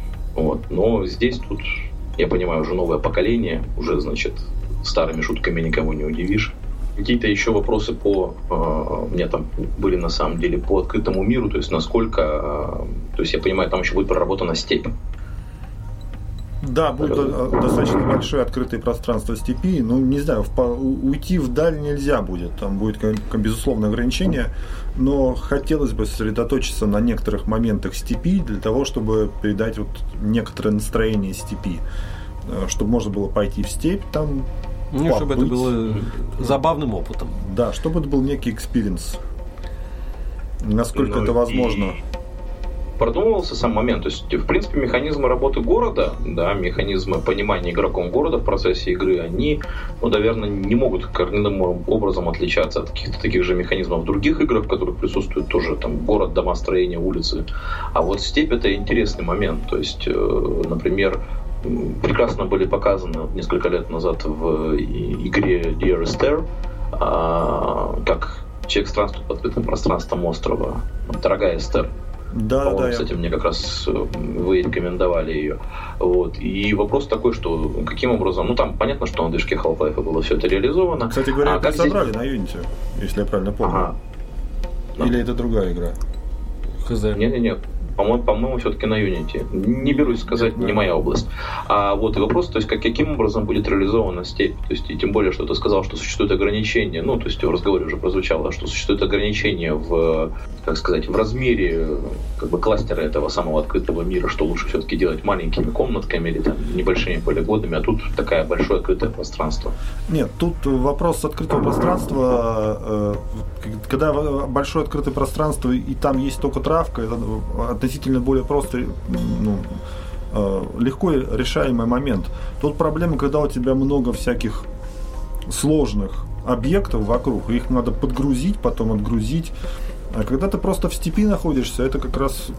Но здесь тут, я понимаю, уже новое поколение, уже, старыми шутками никого не удивишь. Какие-то еще вопросы у меня там были на самом деле по открытому миру, то есть насколько, то есть я понимаю, там еще будет проработана степь. Да, будет достаточно большое открытое пространство степи. Не знаю, уйти вдаль нельзя будет. Там будет, безусловно, ограничение. Но хотелось бы сосредоточиться на некоторых моментах степи для того, чтобы передать некоторое настроение степи. Чтобы можно было пойти в степь, там чтобы это было забавным опытом. Да, чтобы это был некий экспириенс. Насколько это возможно. Продумывался сам момент. То есть, в принципе, механизмы работы города, механизмы понимания игроком города в процессе игры, они, наверное, не могут коренным образом отличаться от каких-то таких же механизмов в других играх, в которых присутствует тоже там город, дома, строения, улицы. А вот степь — это интересный момент. То есть, например, прекрасно были показаны несколько лет назад в игре Dear Esther, как человек странствует по открытым пространствам острова. Дорогая Эстер. Да. Кстати, мне как раз вы рекомендовали ее. И вопрос такой, что каким образом... там понятно, что на движке Half-Life было все это реализовано. Кстати говоря, это собрали на Unity, если я правильно помню. Или это другая игра? Нет. По-моему, все-таки на Unity. Не берусь сказать, не моя область. И вопрос, то есть, каким образом будет реализована степь. То есть, и тем более, что ты сказал, что существует ограничение. То есть, в разговоре уже прозвучало, что существует ограничение в размере кластера этого самого открытого мира, что лучше все-таки делать маленькими комнатками или небольшими полигонами, а тут такое большое открытое пространство. Нет, тут вопрос открытого пространства, когда большое открытое пространство и там есть только травка, это относительно более просто, легко решаемый момент. Тут проблема, когда у тебя много всяких сложных объектов вокруг, их надо подгрузить, потом отгрузить. А когда ты просто в степи находишься, это как раз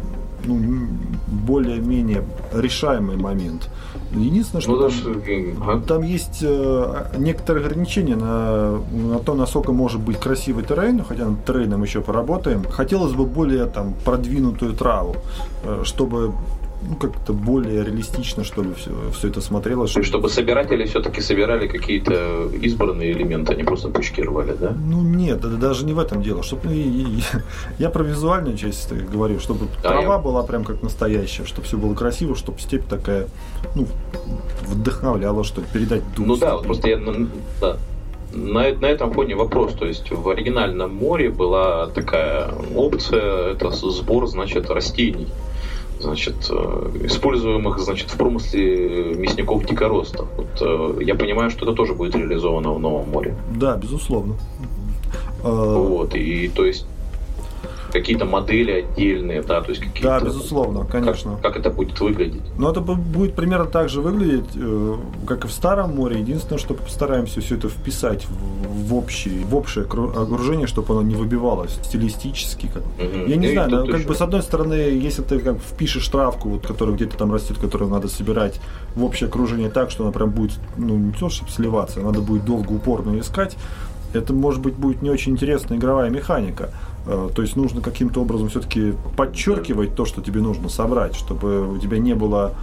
более-менее решаемый момент. Единственное, что там есть некоторые ограничения на то, насколько может быть красивый террейн, хотя над террейном еще поработаем. Хотелось бы более продвинутую траву, чтобы как-то более реалистично, что ли, все это смотрелось. Чтобы собиратели все-таки собирали какие-то избранные элементы, они просто пучки рвали, да? Нет, это даже не в этом дело. Я про визуальную часть говорю, чтобы трава была прям как настоящая, чтобы все было красиво, чтобы степь такая, вдохновляла, что ли, передать дух. Просто я... На этом фоне вопрос. То есть в оригинальном море была такая опция, это сбор, растений. Используемых, в промысле мясников дикоростов. Я понимаю, что это тоже будет реализовано в Новом море. Да, безусловно. И то есть какие-то модели отдельные, то есть какие-то... Да, безусловно, конечно. Как это будет выглядеть? Это будет примерно так же выглядеть, как и в Старом море. Единственное, что постараемся все это вписать в общее окружение, чтобы оно не выбивалось стилистически. Я не знаю, с одной стороны, если ты впишешь травку, которая где-то там растет, которую надо собирать в общее окружение так, что она прям будет, не то чтобы сливаться, надо будет долго, упорно искать, это, может быть, будет не очень интересная игровая механика. То есть нужно каким-то образом все-таки подчеркивать то, что тебе нужно собрать, чтобы у тебя не было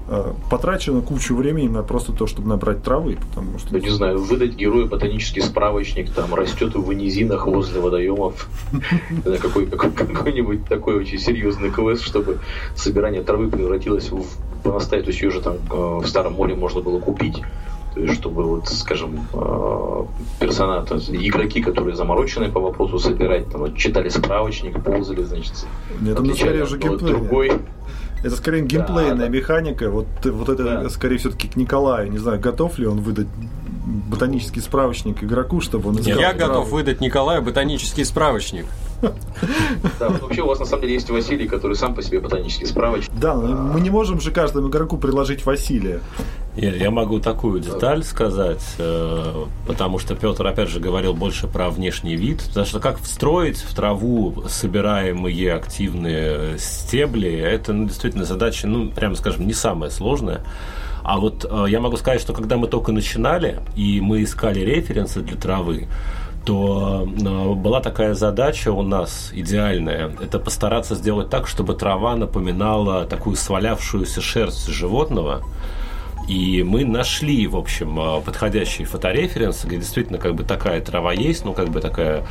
потрачено кучу времени на просто то, чтобы набрать травы, потому что... Не знаю, выдать герою ботанический справочник, там, растет в низинах возле водоемов. Какой-нибудь такой очень серьезный квест, чтобы собирание травы превратилось в настоящее, то есть ее же там в Старом море можно было купить. То есть, чтобы, вот, скажем, персонажи, игроки, которые заморочены по вопросу собирать, там, вот, читали справочник, ползали, значит, это скорее уже геймплей. Это скорее геймплейная механика. Вот это скорее все-таки к Николаю. Не знаю, готов ли он выдать ботанический справочник игроку, чтобы он искал. Я готов выдать Николаю ботанический справочник. Да, вообще у вас на самом деле есть Василий, который сам по себе ботанический справочник. Да, но мы не можем же каждому игроку предложить Василия. Я могу такую деталь сказать, потому что Петр, опять же, говорил больше про внешний вид. Потому что как встроить в траву собираемые активные стебли, это действительно задача, прямо скажем, не самая сложная. А вот я могу сказать, что когда мы только начинали, и мы искали референсы для травы, то была такая задача у нас идеальная. Это постараться сделать так, чтобы трава напоминала такую свалявшуюся шерсть животного. И мы нашли, в общем, подходящие фотореференсы, где действительно как бы такая трава есть, такая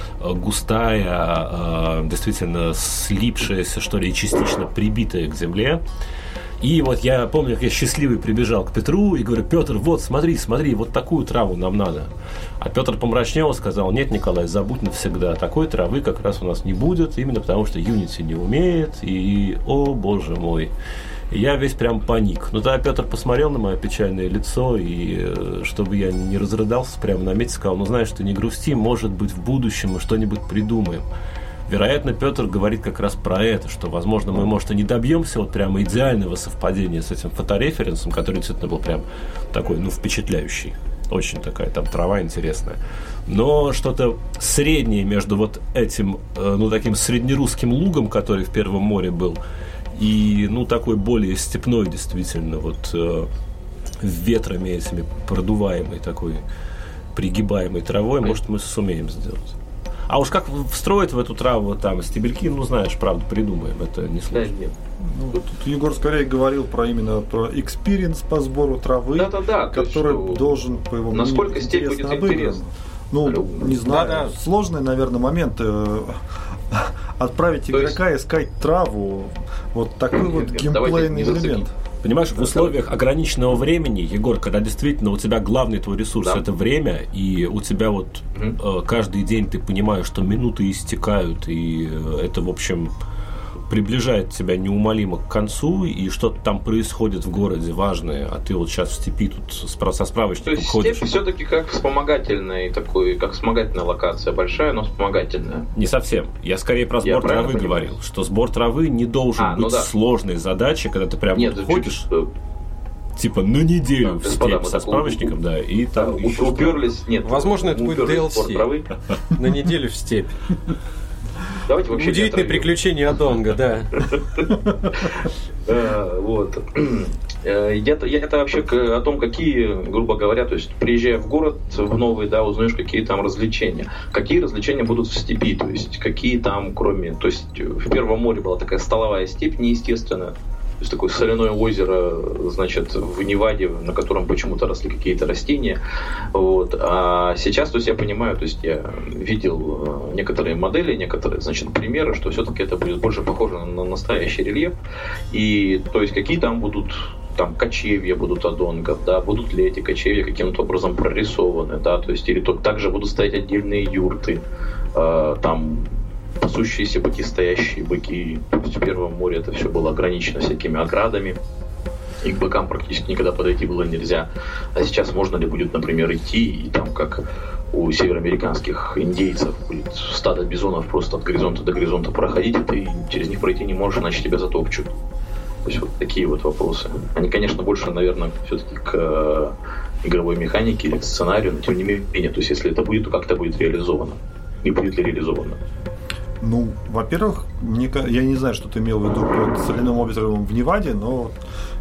густая, действительно слипшаяся, что ли, и частично прибитая к земле. И вот я помню, как я счастливый прибежал к Петру и говорю: Петр, вот смотри, вот такую траву нам надо. А Петр помрачнел и сказал: нет, Николай, забудь навсегда, такой травы как раз у нас не будет, именно потому что Unity не умеет, и, о боже мой. И я весь прям паник. Но тогда Петр посмотрел на мое печальное лицо, и чтобы я не разрыдался прямо на месте, сказал: знаешь, ты не грусти, может быть, в будущем мы что-нибудь придумаем. Вероятно, Петр говорит как раз про это, что, возможно, мы, может, и не добьемся вот прямо идеального совпадения с этим фотореференсом, который действительно был прям такой, впечатляющий. Очень такая там трава интересная. Но что-то среднее между вот этим, таким среднерусским лугом, который в Первом море был, и, такой более степной, действительно, вот ветрами этими продуваемой такой пригибаемой травой, может, мы сумеем сделать. А уж как встроить в эту траву там стебельки, знаешь, правда, придумаем. Это не сложно. Тут Егор скорее говорил именно про экспириенс по сбору травы, который должен, по его мнению, насколько степь будет интересна. Не знаю. Сложный, наверное, момент отправить игрока искать траву. Вот такой вот геймплейный элемент. Понимаешь, в условиях ограниченного времени, Егор, когда действительно у тебя главный твой ресурс это время, и у тебя вот каждый день ты понимаешь, что минуты истекают, и это, в общем, приближает тебя неумолимо к концу, и что-то там происходит в городе важное, а ты вот сейчас в степи тут со справочником ходишь. То есть степь все-таки как вспомогательная локация, большая, но вспомогательная. Не совсем. Я скорее про сбор травы говорил, что сбор травы не должен быть сложной задачей, когда ты прям ходишь... Типа на неделю в степь со справочником, и там уперлись. Нет, возможно, это будет DLC. На неделю в степь. Удивительные приключения Адонга, да. Вот. Это вообще о том, какие, грубо говоря, то есть приезжая в город, в новый, узнаешь, какие там развлечения. Какие развлечения будут в степи, то есть какие там, кроме... То есть в Первом море была такая столовая степь неестественная. То есть такое соляное озеро, значит, в Неваде, на котором почему-то росли какие-то растения. Вот. А сейчас, то есть я понимаю, то есть я видел некоторые модели, некоторые, значит, примеры, что все-таки это будет больше похоже на настоящий рельеф. И то есть какие там будут кочевья будут адонгов, будут ли эти кочевья каким-то образом прорисованы, то есть или также будут стоять отдельные юрты, там пасущиеся быки, стоящие быки. То есть в Первом море это все было ограничено всякими оградами, и к быкам практически никогда подойти было нельзя. А сейчас можно ли будет, например, идти, и там, как у североамериканских индейцев, будет стадо бизонов просто от горизонта до горизонта проходить, и ты через них пройти не можешь, иначе тебя затопчут. То есть вот такие вот вопросы. Они, конечно, больше, наверное, все-таки к игровой механике или к сценарию, но тем не менее, то есть если это будет, то как это будет реализовано? И будет ли реализовано? Во-первых, я не знаю, что ты имел в виду под соляным озером в Неваде, но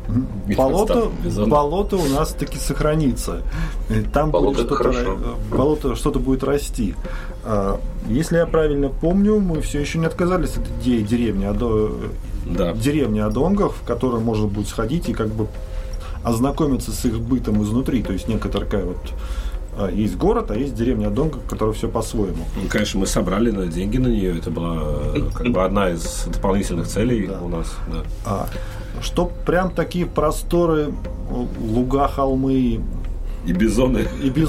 болото у нас таки сохранится. Там болото что-то будет расти. Если я правильно помню, мы все еще не отказались от идеи деревни адонгов, в которую можно будет сходить и как бы ознакомиться с их бытом изнутри. То есть некая такая вот есть город, а есть деревня Донга, которая все по-своему. Ну, конечно, мы собрали деньги на нее. Это была как бы одна из дополнительных целей у нас. Да. Что прям такие просторы, луга, холмы и бизоны.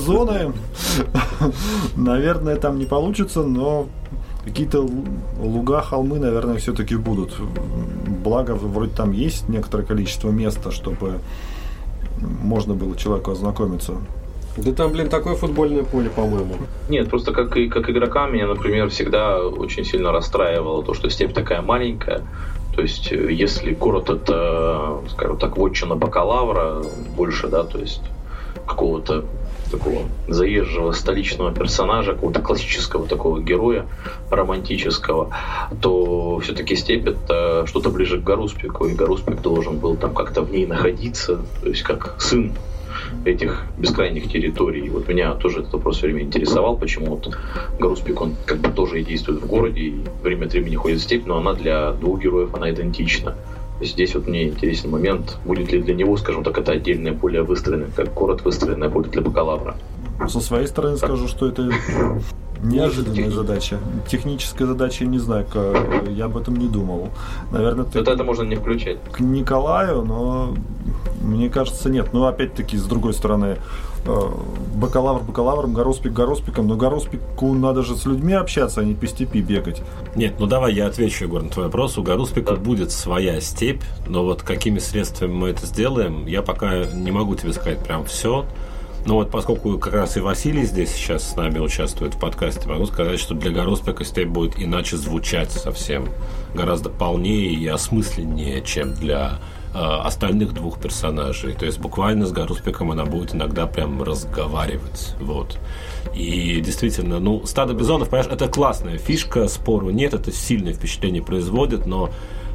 Наверное, там не получится, но какие-то луга, холмы, наверное, все-таки будут. Благо, вроде там есть некоторое количество места, чтобы можно было человеку ознакомиться. Да там, такое футбольное поле, по-моему. Нет, просто как игрока меня, например, всегда очень сильно расстраивало то, что степь такая маленькая. То есть, если город это, скажем так, вотчина бакалавра больше, да, то есть какого-то такого заезжего столичного персонажа, какого-то классического такого героя романтического, то все-таки степь это что-то ближе к Гаруспику, и Гаруспик должен был там как-то в ней находиться, то есть как сын этих бескрайних территорий. И вот меня тоже этот вопрос все время интересовал, почему вот Гаруспик, он как бы тоже и действует в городе, и время от времени ходит в степь, но она для двух героев, она идентична. Здесь вот мне интересен момент, будет ли для него, скажем так, это отдельное поле выстроено, как город выстроенное поле для бакалавра. Со своей стороны скажу, что это неожиданная задача. Техническая задача, не знаю, я об этом не думал. Наверное, это можно не включать. К Николаю, но мне кажется, нет. Но опять-таки, с другой стороны, бакалавр бакалавром, Гаруспик Гаруспиком, но Гаруспику надо же с людьми общаться, а не по степи бегать. Нет, давай я отвечу, Егор, на твой вопрос. У Гаруспика будет своя степь, но вот какими средствами мы это сделаем, я пока не могу тебе сказать прям все. Но вот поскольку как раз и Василий здесь сейчас с нами участвует в подкасте, могу сказать, что для Гаруспика степь будет иначе звучать совсем, гораздо полнее и осмысленнее, чем для остальных двух персонажей. То есть буквально с Гаруспиком она будет иногда прям разговаривать. Вот. И действительно, стадо бизонов, понимаешь, это классная фишка, спору нет, это сильное впечатление производит, но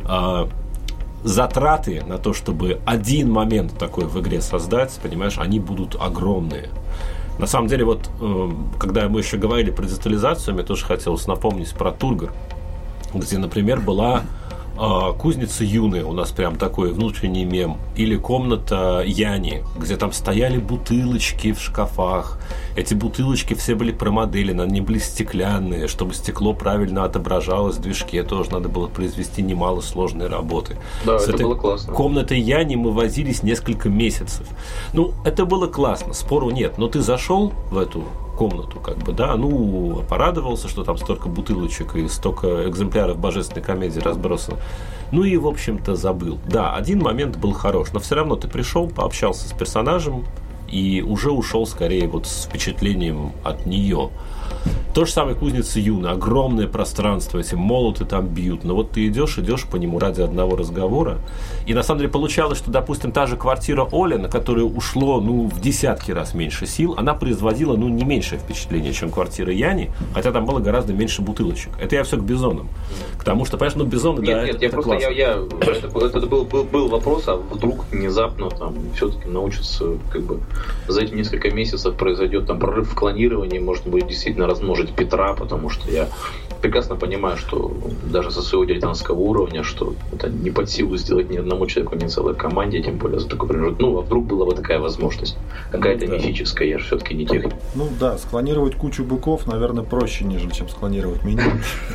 затраты на то, чтобы один момент такой в игре создать, понимаешь, они будут огромные. На самом деле, вот когда мы еще говорили про детализацию, мне тоже хотелось напомнить про Тургор, где, например, была кузница Юны, у нас прям такой внутренний мем, или комната Яни, где там стояли бутылочки в шкафах. Эти бутылочки все были промоделены, они были стеклянные, чтобы стекло правильно отображалось в движке, тоже надо было произвести немало сложной работы. Да, это было классно. Комнатой Яни мы возились несколько месяцев. Это было классно, спору нет, но ты зашел в эту комнату, порадовался, что там столько бутылочек и столько экземпляров божественной комедии разбросано. И, в общем-то, забыл. Да, один момент был хорош, но все равно ты пришел, пообщался с персонажем и уже ушел скорее вот с впечатлением от нее. То же самое кузница Юны. Огромное пространство, эти молоты там бьют. Но вот ты идешь по нему ради одного разговора. И на самом деле получалось, что, допустим, та же квартира Оли, на которую ушло, в десятки раз меньше сил, она производила, не меньшее впечатление, чем квартира Яни, хотя там было гораздо меньше бутылочек. Это я все к бизонам. К тому, что, понимаешь, бизоны, нет, это просто это был вопрос, а вдруг внезапно там все-таки научатся, за эти несколько месяцев произойдет там прорыв в клонировании, может быть, действительно размножить Петра, потому что я прекрасно понимаю, что даже со своего дилетантского уровня, что это не под силу сделать ни одному человеку, ни целой команде, тем более за такой промежуток. А вдруг была бы такая возможность? Какая-то мифическая, я же все-таки не техник. Склонировать кучу быков, наверное, проще, нежели чем склонировать меня.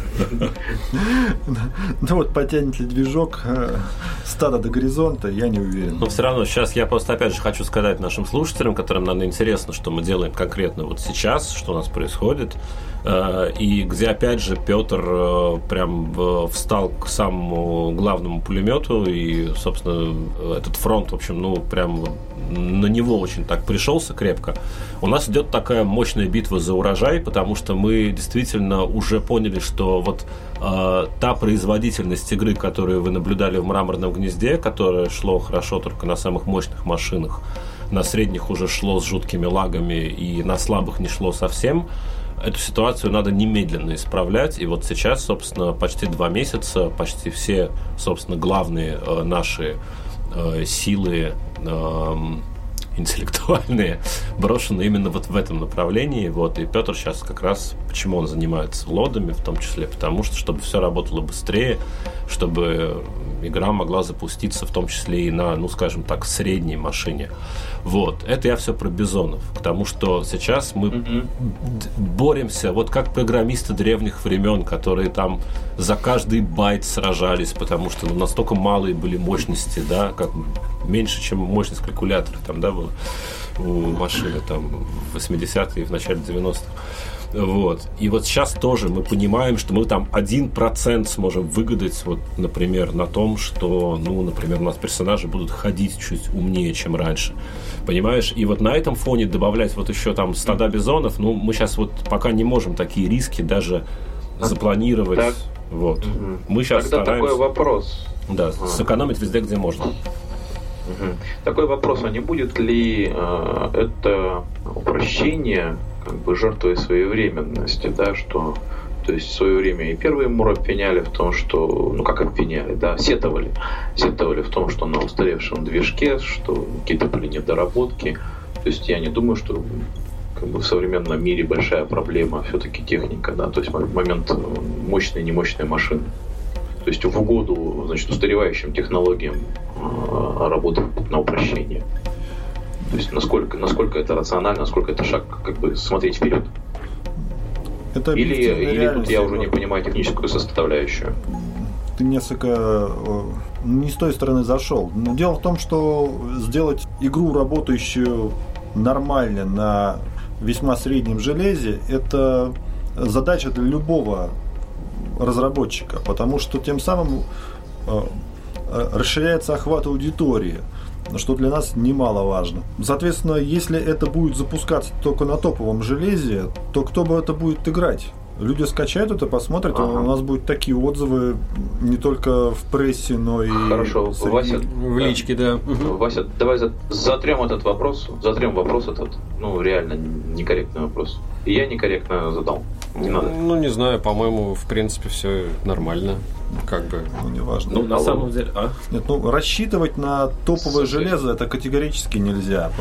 Потянет ли движок стада до горизонта, я не уверен. Но все равно, сейчас я просто опять же хочу сказать нашим слушателям, которым, наверное, интересно, что мы делаем конкретно вот сейчас, что у нас происходит, и где, опять же, Петр прям встал к самому главному пулемету, и, собственно, этот фронт, в общем, прям на него очень так пришелся крепко. У нас идет такая мощная битва за урожай, потому что мы действительно уже поняли, что вот та производительность игры, которую вы наблюдали в «Мраморном гнезде», которая шло хорошо только на самых мощных машинах, на средних уже шло с жуткими лагами, и на слабых не шло совсем. Эту ситуацию надо немедленно исправлять. И вот сейчас, собственно, почти 2 месяца, почти все, собственно, главные наши силы интеллектуальные брошены именно вот в этом направлении. Вот. И Петр сейчас как раз, почему он занимается лодами, в том числе, потому что, чтобы все работало быстрее, чтобы игра могла запуститься в том числе и на, ну, скажем так, средней машине. Вот. Это я все про бизонов. К тому, что сейчас мы боремся, вот как программисты древних времен, которые там за каждый байт сражались, потому что настолько малые были мощности, да, как меньше, чем мощность калькулятора там, да, была у машины там в 80-е и в начале 90-х. Вот. И вот сейчас тоже мы понимаем, что мы там 1% сможем выгадать, вот, например, на том, что, ну, например, у нас персонажи будут ходить чуть умнее, чем раньше. Понимаешь? И вот на этом фоне добавлять вот еще там стада бизонов, ну, мы сейчас вот пока не можем такие риски даже запланировать. Так. Вот. Мы сейчас Тогда стараемся... такой вопрос. Да, сэкономить везде, где можно. Такой вопрос, а не будет ли это упрощение как бы жертвой своевременности, да, что, то есть в свое время и первые МУР обвиняли в том, что, ну как обвиняли, да, сетовали в том, что на устаревшем движке, что какие-то были недоработки, то есть я не думаю, что как бы в современном мире большая проблема все-таки техника, да, то есть момент мощной и немощной машины. То есть в угоду, значит, устаревающим технологиям работать на упрощение. То есть насколько это рационально, насколько это шаг, как бы, смотреть вперед. Это или тут я уже не понимаю техническую составляющую. Ты несколько не с той стороны зашел. Но дело в том, что сделать игру, работающую нормально на весьма среднем железе, это задача для любого разработчика, потому что тем самым расширяется охват аудитории, что для нас немаловажно. Соответственно, если это будет запускаться только на топовом железе, то кто бы это будет играть? Люди скачают это, посмотрят, у нас будут такие отзывы не только в прессе, но и Вася, в личке, да. Вася, давай затрем этот вопрос. Затрем вопрос этот. Ну, реально некорректный вопрос. И я некорректно задал. Не надо. Ну, не знаю, по-моему, в принципе, все нормально. Как бы. Ну, неважно. Ну, на самом деле, Нет, ну, рассчитывать на топовое железо это категорически нельзя.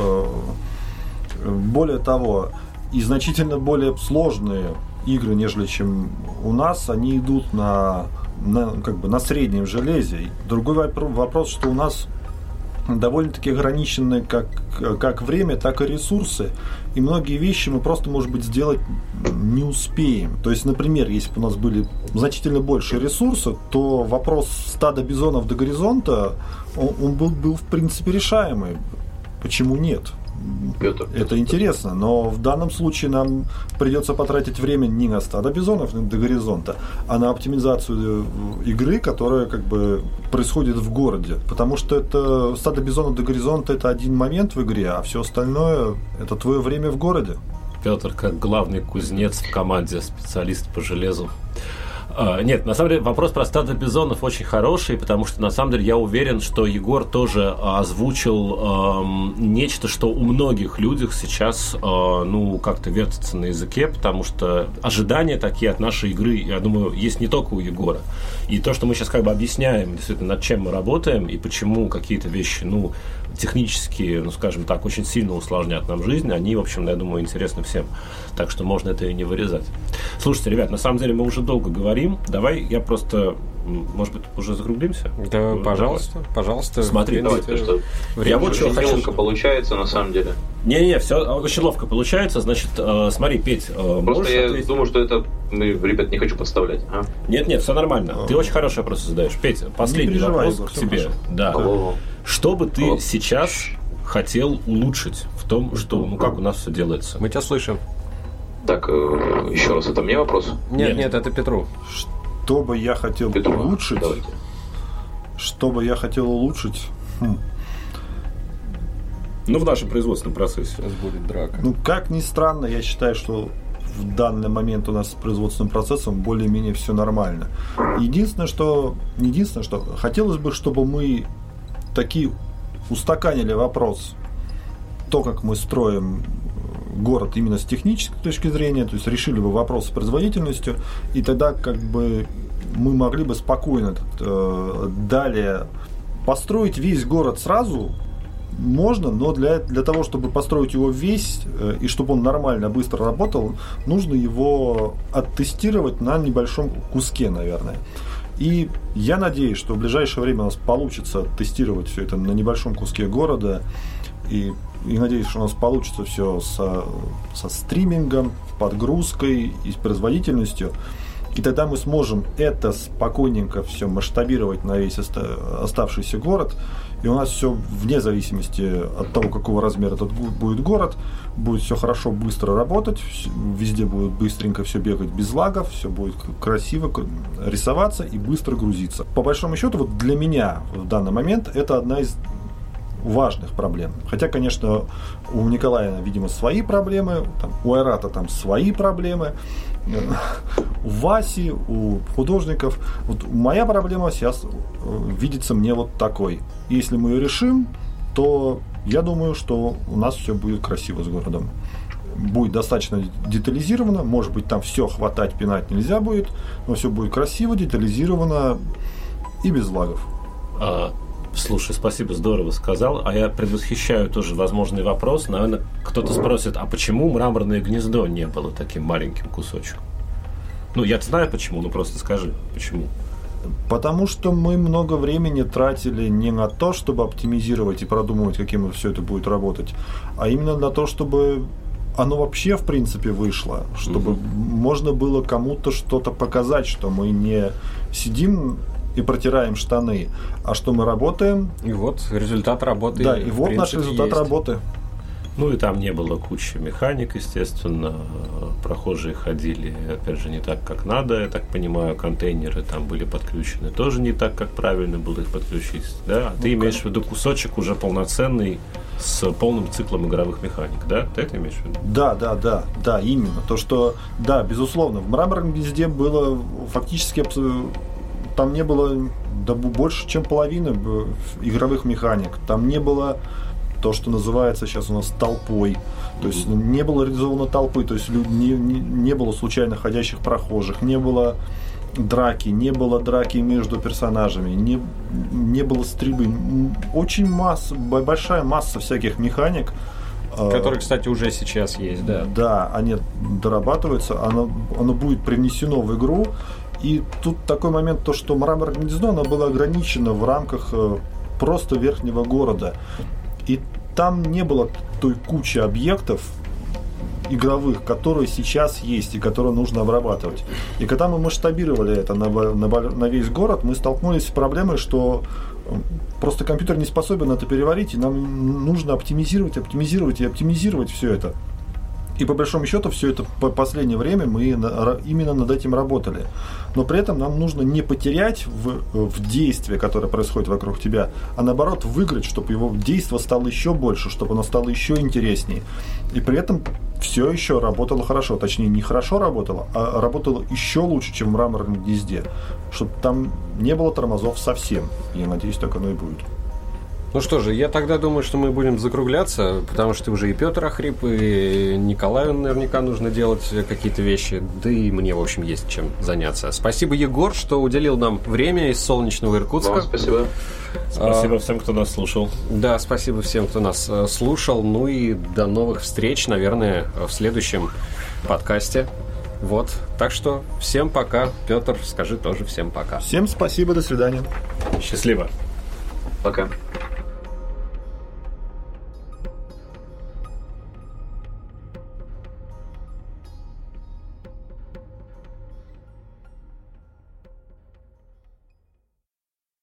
Более того, и значительно более сложные игры, нежели чем у нас, они идут на среднем железе. Другой вопрос, что у нас довольно-таки ограничены как время, так и ресурсы. И многие вещи мы просто, может быть, сделать не успеем. То есть, например, если бы у нас были значительно больше ресурсов, то вопрос стада бизонов до горизонта, он был в принципе решаемый. Почему нет? Это интересно, но в данном случае нам придется потратить время не на стадо бизонов до горизонта, а на оптимизацию игры, которая как бы происходит в городе. Потому что это стадо бизонов до горизонта — это один момент в игре, а все остальное — это твое время в городе. Петр, как главный кузнец в команде, специалист по железу. Нет, на самом деле вопрос про стадо бизонов очень хороший, потому что на самом деле я уверен, что Егор тоже озвучил нечто, что у многих людей сейчас как-то вертится на языке, потому что ожидания такие от нашей игры, я думаю, есть не только у Егора. И то, что мы сейчас как бы объясняем, действительно, над чем мы работаем и почему какие-то вещи, технически, скажем так, очень сильно усложнят нам жизнь, они, в общем, я думаю, интересны всем. Так что можно это и не вырезать. Слушайте, ребят, на самом деле мы уже долго говорим. Давай я просто, может быть, уже закруглимся? Да, пожалуйста. Смотри, давайте, что я вот что хочу. Ловко получается, на самом деле. Не, все очень ловко получается. Значит, смотри, Петь, просто я думаю, что это, ребят, не хочу подставлять. Нет, все нормально. Ты очень хороший вопрос задаешь. Петь, последний вопрос к тебе. Да. Что бы ты сейчас хотел улучшить в том, что, как у нас все делается? Мы тебя слышим. Так, еще раз, это мне вопрос? Нет, это Петру. Что бы я хотел улучшить? Давайте. Что бы я хотел улучшить? В нашем производственном процессе. Сейчас будет драка. Как ни странно, я считаю, что в данный момент у нас с производственным процессом более-менее все нормально. Единственное, что хотелось бы, чтобы мы такие устаканили вопрос, то, как мы строим город именно с технической точки зрения, то есть решили бы вопрос с производительностью, и тогда как бы мы могли бы спокойно далее построить весь город сразу можно, но для того, чтобы построить его весь, и чтобы он нормально, быстро работал, нужно его оттестировать на небольшом куске, наверное. И я надеюсь, что в ближайшее время у нас получится тестировать все это на небольшом куске города. И надеюсь, что у нас получится все со стримингом, подгрузкой и с производительностью. И тогда мы сможем это спокойненько все масштабировать на весь оставшийся город. И у нас все, вне зависимости от того, какого размера этот будет город, будет все хорошо, быстро работать, везде будет быстренько все бегать без лагов, все будет красиво рисоваться и быстро грузиться. По большому счету, вот для меня в данный момент это одна из важных проблем. Хотя, конечно, у Николая, видимо, свои проблемы, у Айрата там свои проблемы, у Васи, у художников. Вот моя проблема сейчас видится мне вот такой. Если мы ее решим, то я думаю, что у нас все будет красиво с городом. Будет достаточно детализировано, может быть, там все хватать, пинать нельзя будет, но все будет красиво, детализировано и без лагов. Слушай, спасибо, здорово сказал. А я предвосхищаю тоже возможный вопрос. Наверное, кто-то спросит, а почему мраморное гнездо не было таким маленьким кусочком? Ну, я знаю почему, но просто скажи, почему. Потому что мы много времени тратили не на то, чтобы оптимизировать и продумывать, каким все это будет работать, а именно на то, чтобы оно вообще, в принципе, вышло. Чтобы можно было кому-то что-то показать, что мы не сидим и протираем штаны, а что мы работаем. И вот результат работы. Да, и вот наш результат есть. Работы. Ну и там не было кучи механик, естественно. Прохожие ходили, опять же, не так, как надо. Я так понимаю, контейнеры там были подключены тоже не так, как правильно было их подключить. Да? А ты имеешь в виду кусочек уже полноценный с полным циклом игровых механик, да? Ты это имеешь в виду? Да, именно. То, что, да, безусловно, в мраморном гнезде было фактически там не было больше, чем половины игровых механик. Там не было то, что называется сейчас у нас толпой. То есть не было реализовано толпы, то есть не было случайно ходящих прохожих, не было драки между персонажами, не было стрельбы. Очень большая масса всяких механик. Которые, кстати, уже сейчас есть, да. Да, они дорабатываются, оно будет привнесено в игру. И тут такой момент, то, что мраморное гнездо, оно было ограничено в рамках просто верхнего города. И там не было той кучи объектов игровых, которые сейчас есть и которые нужно обрабатывать. И когда мы масштабировали это на весь город, мы столкнулись с проблемой, что просто компьютер не способен это переварить, и нам нужно оптимизировать все это. И по большому счету все это по последнее время мы именно над этим работали. Но при этом нам нужно не потерять в действие, которое происходит вокруг тебя, а наоборот выиграть, чтобы его действо стало еще больше, чтобы оно стало еще интереснее. И при этом все еще работало хорошо. Точнее, не хорошо работало, а работало еще лучше, чем в мраморном гнезде. Чтобы там не было тормозов совсем. Я надеюсь, так оно и будет. Ну что же, я тогда думаю, что мы будем закругляться, потому что уже и Петр охрип, и Николаю наверняка нужно делать какие-то вещи, да и мне, в общем, есть чем заняться. Спасибо, Егор, что уделил нам время из солнечного Иркутска. Вам спасибо. Спасибо всем, кто нас слушал. Да, спасибо всем, кто нас слушал. Ну и до новых встреч, наверное, в следующем подкасте. Вот, так что всем пока. Петр, скажи тоже всем пока. Всем спасибо, до свидания. Счастливо. Пока.